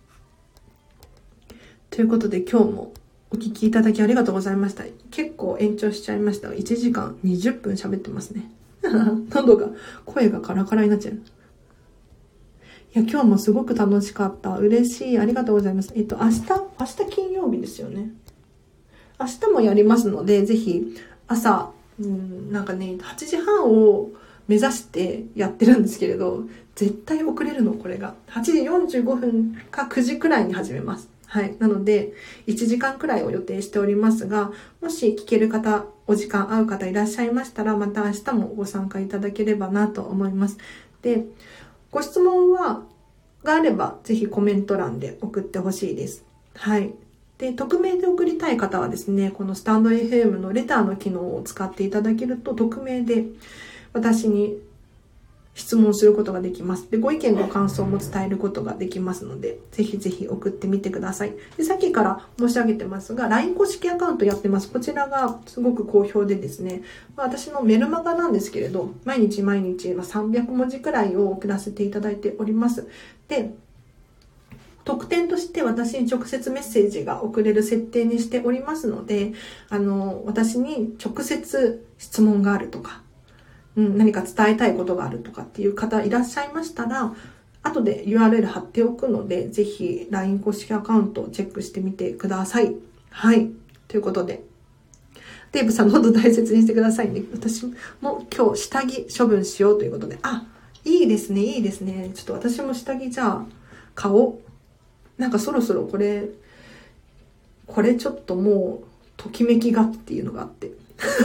ということで今日もお聞きいただきありがとうございました。結構延長しちゃいましたがいちじかんにじゅっぷん喋ってますね。喉が声がカラカラになっちゃう。いや今日もすごく楽しかった。嬉しい。ありがとうございます。えっと明日明日金曜日ですよね。明日もやりますのでぜひ朝、うん、なんかねはちじはんを目指してやってるんですけれど絶対遅れるのこれがはちじよんじゅうごふんかくじくらいに始めます。はい。なので、いちじかんくらいを予定しておりますが、もし聞ける方、お時間合う方いらっしゃいましたら、また明日もご参加いただければなと思います。で、ご質問は、があれば、ぜひコメント欄で送ってほしいです。はい。で、匿名で送りたい方はですね、このスタンド エフエム のレターの機能を使っていただけると、匿名で私に質問することができます。で、ご意見ご感想も伝えることができますので、ぜひぜひ送ってみてください。で、さっきから申し上げてますが、ライン 公式アカウントやってます。こちらがすごく好評でですね、まあ、私のメルマガなんですけれど、毎日毎日さんびゃくもじくらいを送らせていただいております。で、特典として私に直接メッセージが送れる設定にしておりますので、あの、私に直接質問があるとか、うん、何か伝えたいことがあるとかっていう方いらっしゃいましたら、後で ユーアールエル 貼っておくので、ぜひ ライン 公式アカウントをチェックしてみてください。はい。ということで、デーブさん、喉大切にしてくださいね。私も今日下着処分しようということで、あ、いいですね、いいですね。ちょっと私も下着じゃあ買おう。なんかそろそろこれ、これちょっともう、ときめきがっていうのがあって。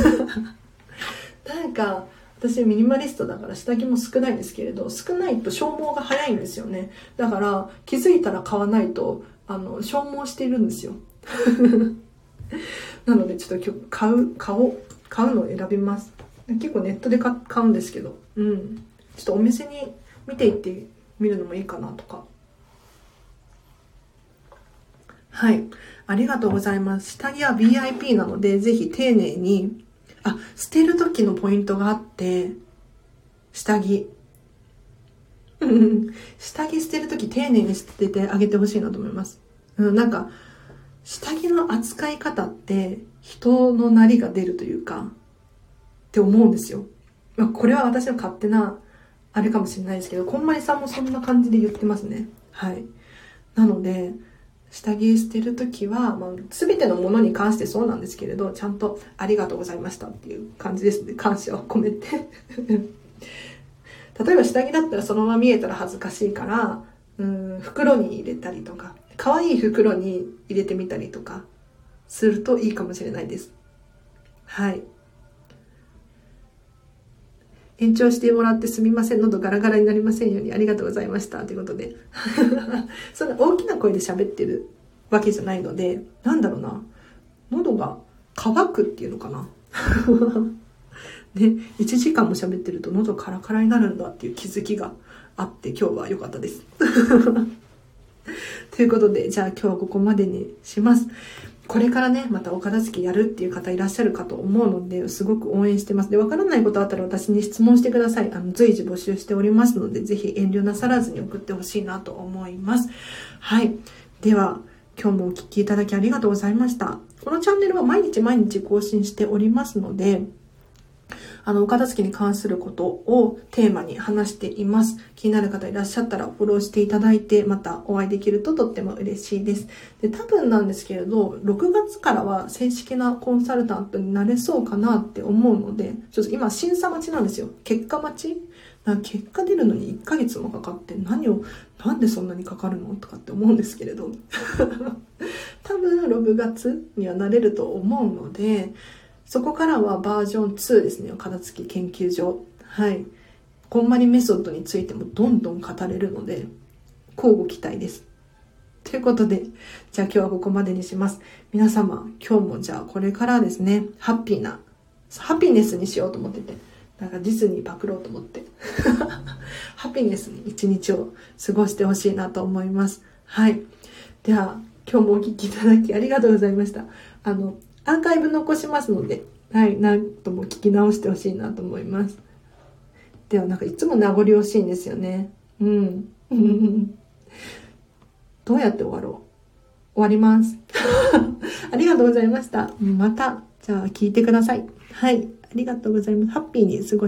なんか、私ミニマリストだから下着も少ないんですけれど、少ないと消耗が早いんですよね。だから気づいたら買わないとあの消耗しているんですよ。なのでちょっと今日買う買おう買うのを選びます。結構ネットで買うんですけど、うん、ちょっとお店に見ていってみるのもいいかなとか。はい、ありがとうございます。下着は ブイアイピー なのでぜひ丁寧に、あ、捨てる時のポイントがあって、下着。下着捨てる時丁寧に捨ててあげてほしいなと思います。うん、なんか、下着の扱い方って人のなりが出るというか、って思うんですよ。まあ、これは私の勝手な、あれかもしれないですけど、こんまりさんもそんな感じで言ってますね。はい。なので、下着捨てるときは、まあ、全てのものに関してそうなんですけれど、ちゃんとありがとうございましたっていう感じですね。感謝を込めて。例えば下着だったらそのまま見えたら恥ずかしいから、うん、袋に入れたりとか、可愛い袋に入れてみたりとかするといいかもしれないです。はい。延長してもらってすみません。喉ガラガラになりませんようにありがとうございました。ということで。そんな大きな声で喋ってるわけじゃないので、なんだろうな。喉が渇くっていうのかな。で、いちじかんも喋ってると喉カラカラになるんだっていう気づきがあって今日は良かったです。ということで、じゃあ今日はここまでにします。これからね、またお片付けやるっていう方いらっしゃるかと思うので、すごく応援してます。で、わからないことあったら私に質問してください。あの、随時募集しておりますので、ぜひ遠慮なさらずに送ってほしいなと思います。はい。では、今日もお聞きいただきありがとうございました。このチャンネルは毎日毎日更新しておりますので、あの、お片付けに関することをテーマに話しています。気になる方いらっしゃったらフォローしていただいて、またお会いできるととっても嬉しいです。で、多分なんですけれど、ろくがつからは正式なコンサルタントになれそうかなって思うので、ちょっと今審査待ちなんですよ。結果待ち？結果出るのにいっかげつもかかって何を、なんでそんなにかかるのとかって思うんですけれど。多分ろくがつにはなれると思うので、 そこからはバージョンツーですね。片付き研究所。はい。こんまりメソッドについてもどんどん語れるので、交互期待です。ということで、じゃあ今日はここまでにします。皆様、今日もじゃあこれからですね、ハッピーな、ハピネスにしようと思ってて、なんかディズニーパクろうと思って、ハピネスに一日を過ごしてほしいなと思います。はい。では、今日もお聞きいただきありがとうございました。あの、アーカイブ残しますので、はい、なんとも聞き直してほしいなと思います。では、なんかいつも名残惜しいんですよね。うん。どうやって終わろう。終わります。ありがとうございました。また、じゃあ聞いてください。はい。ありがとうございます。ハッピーに過ご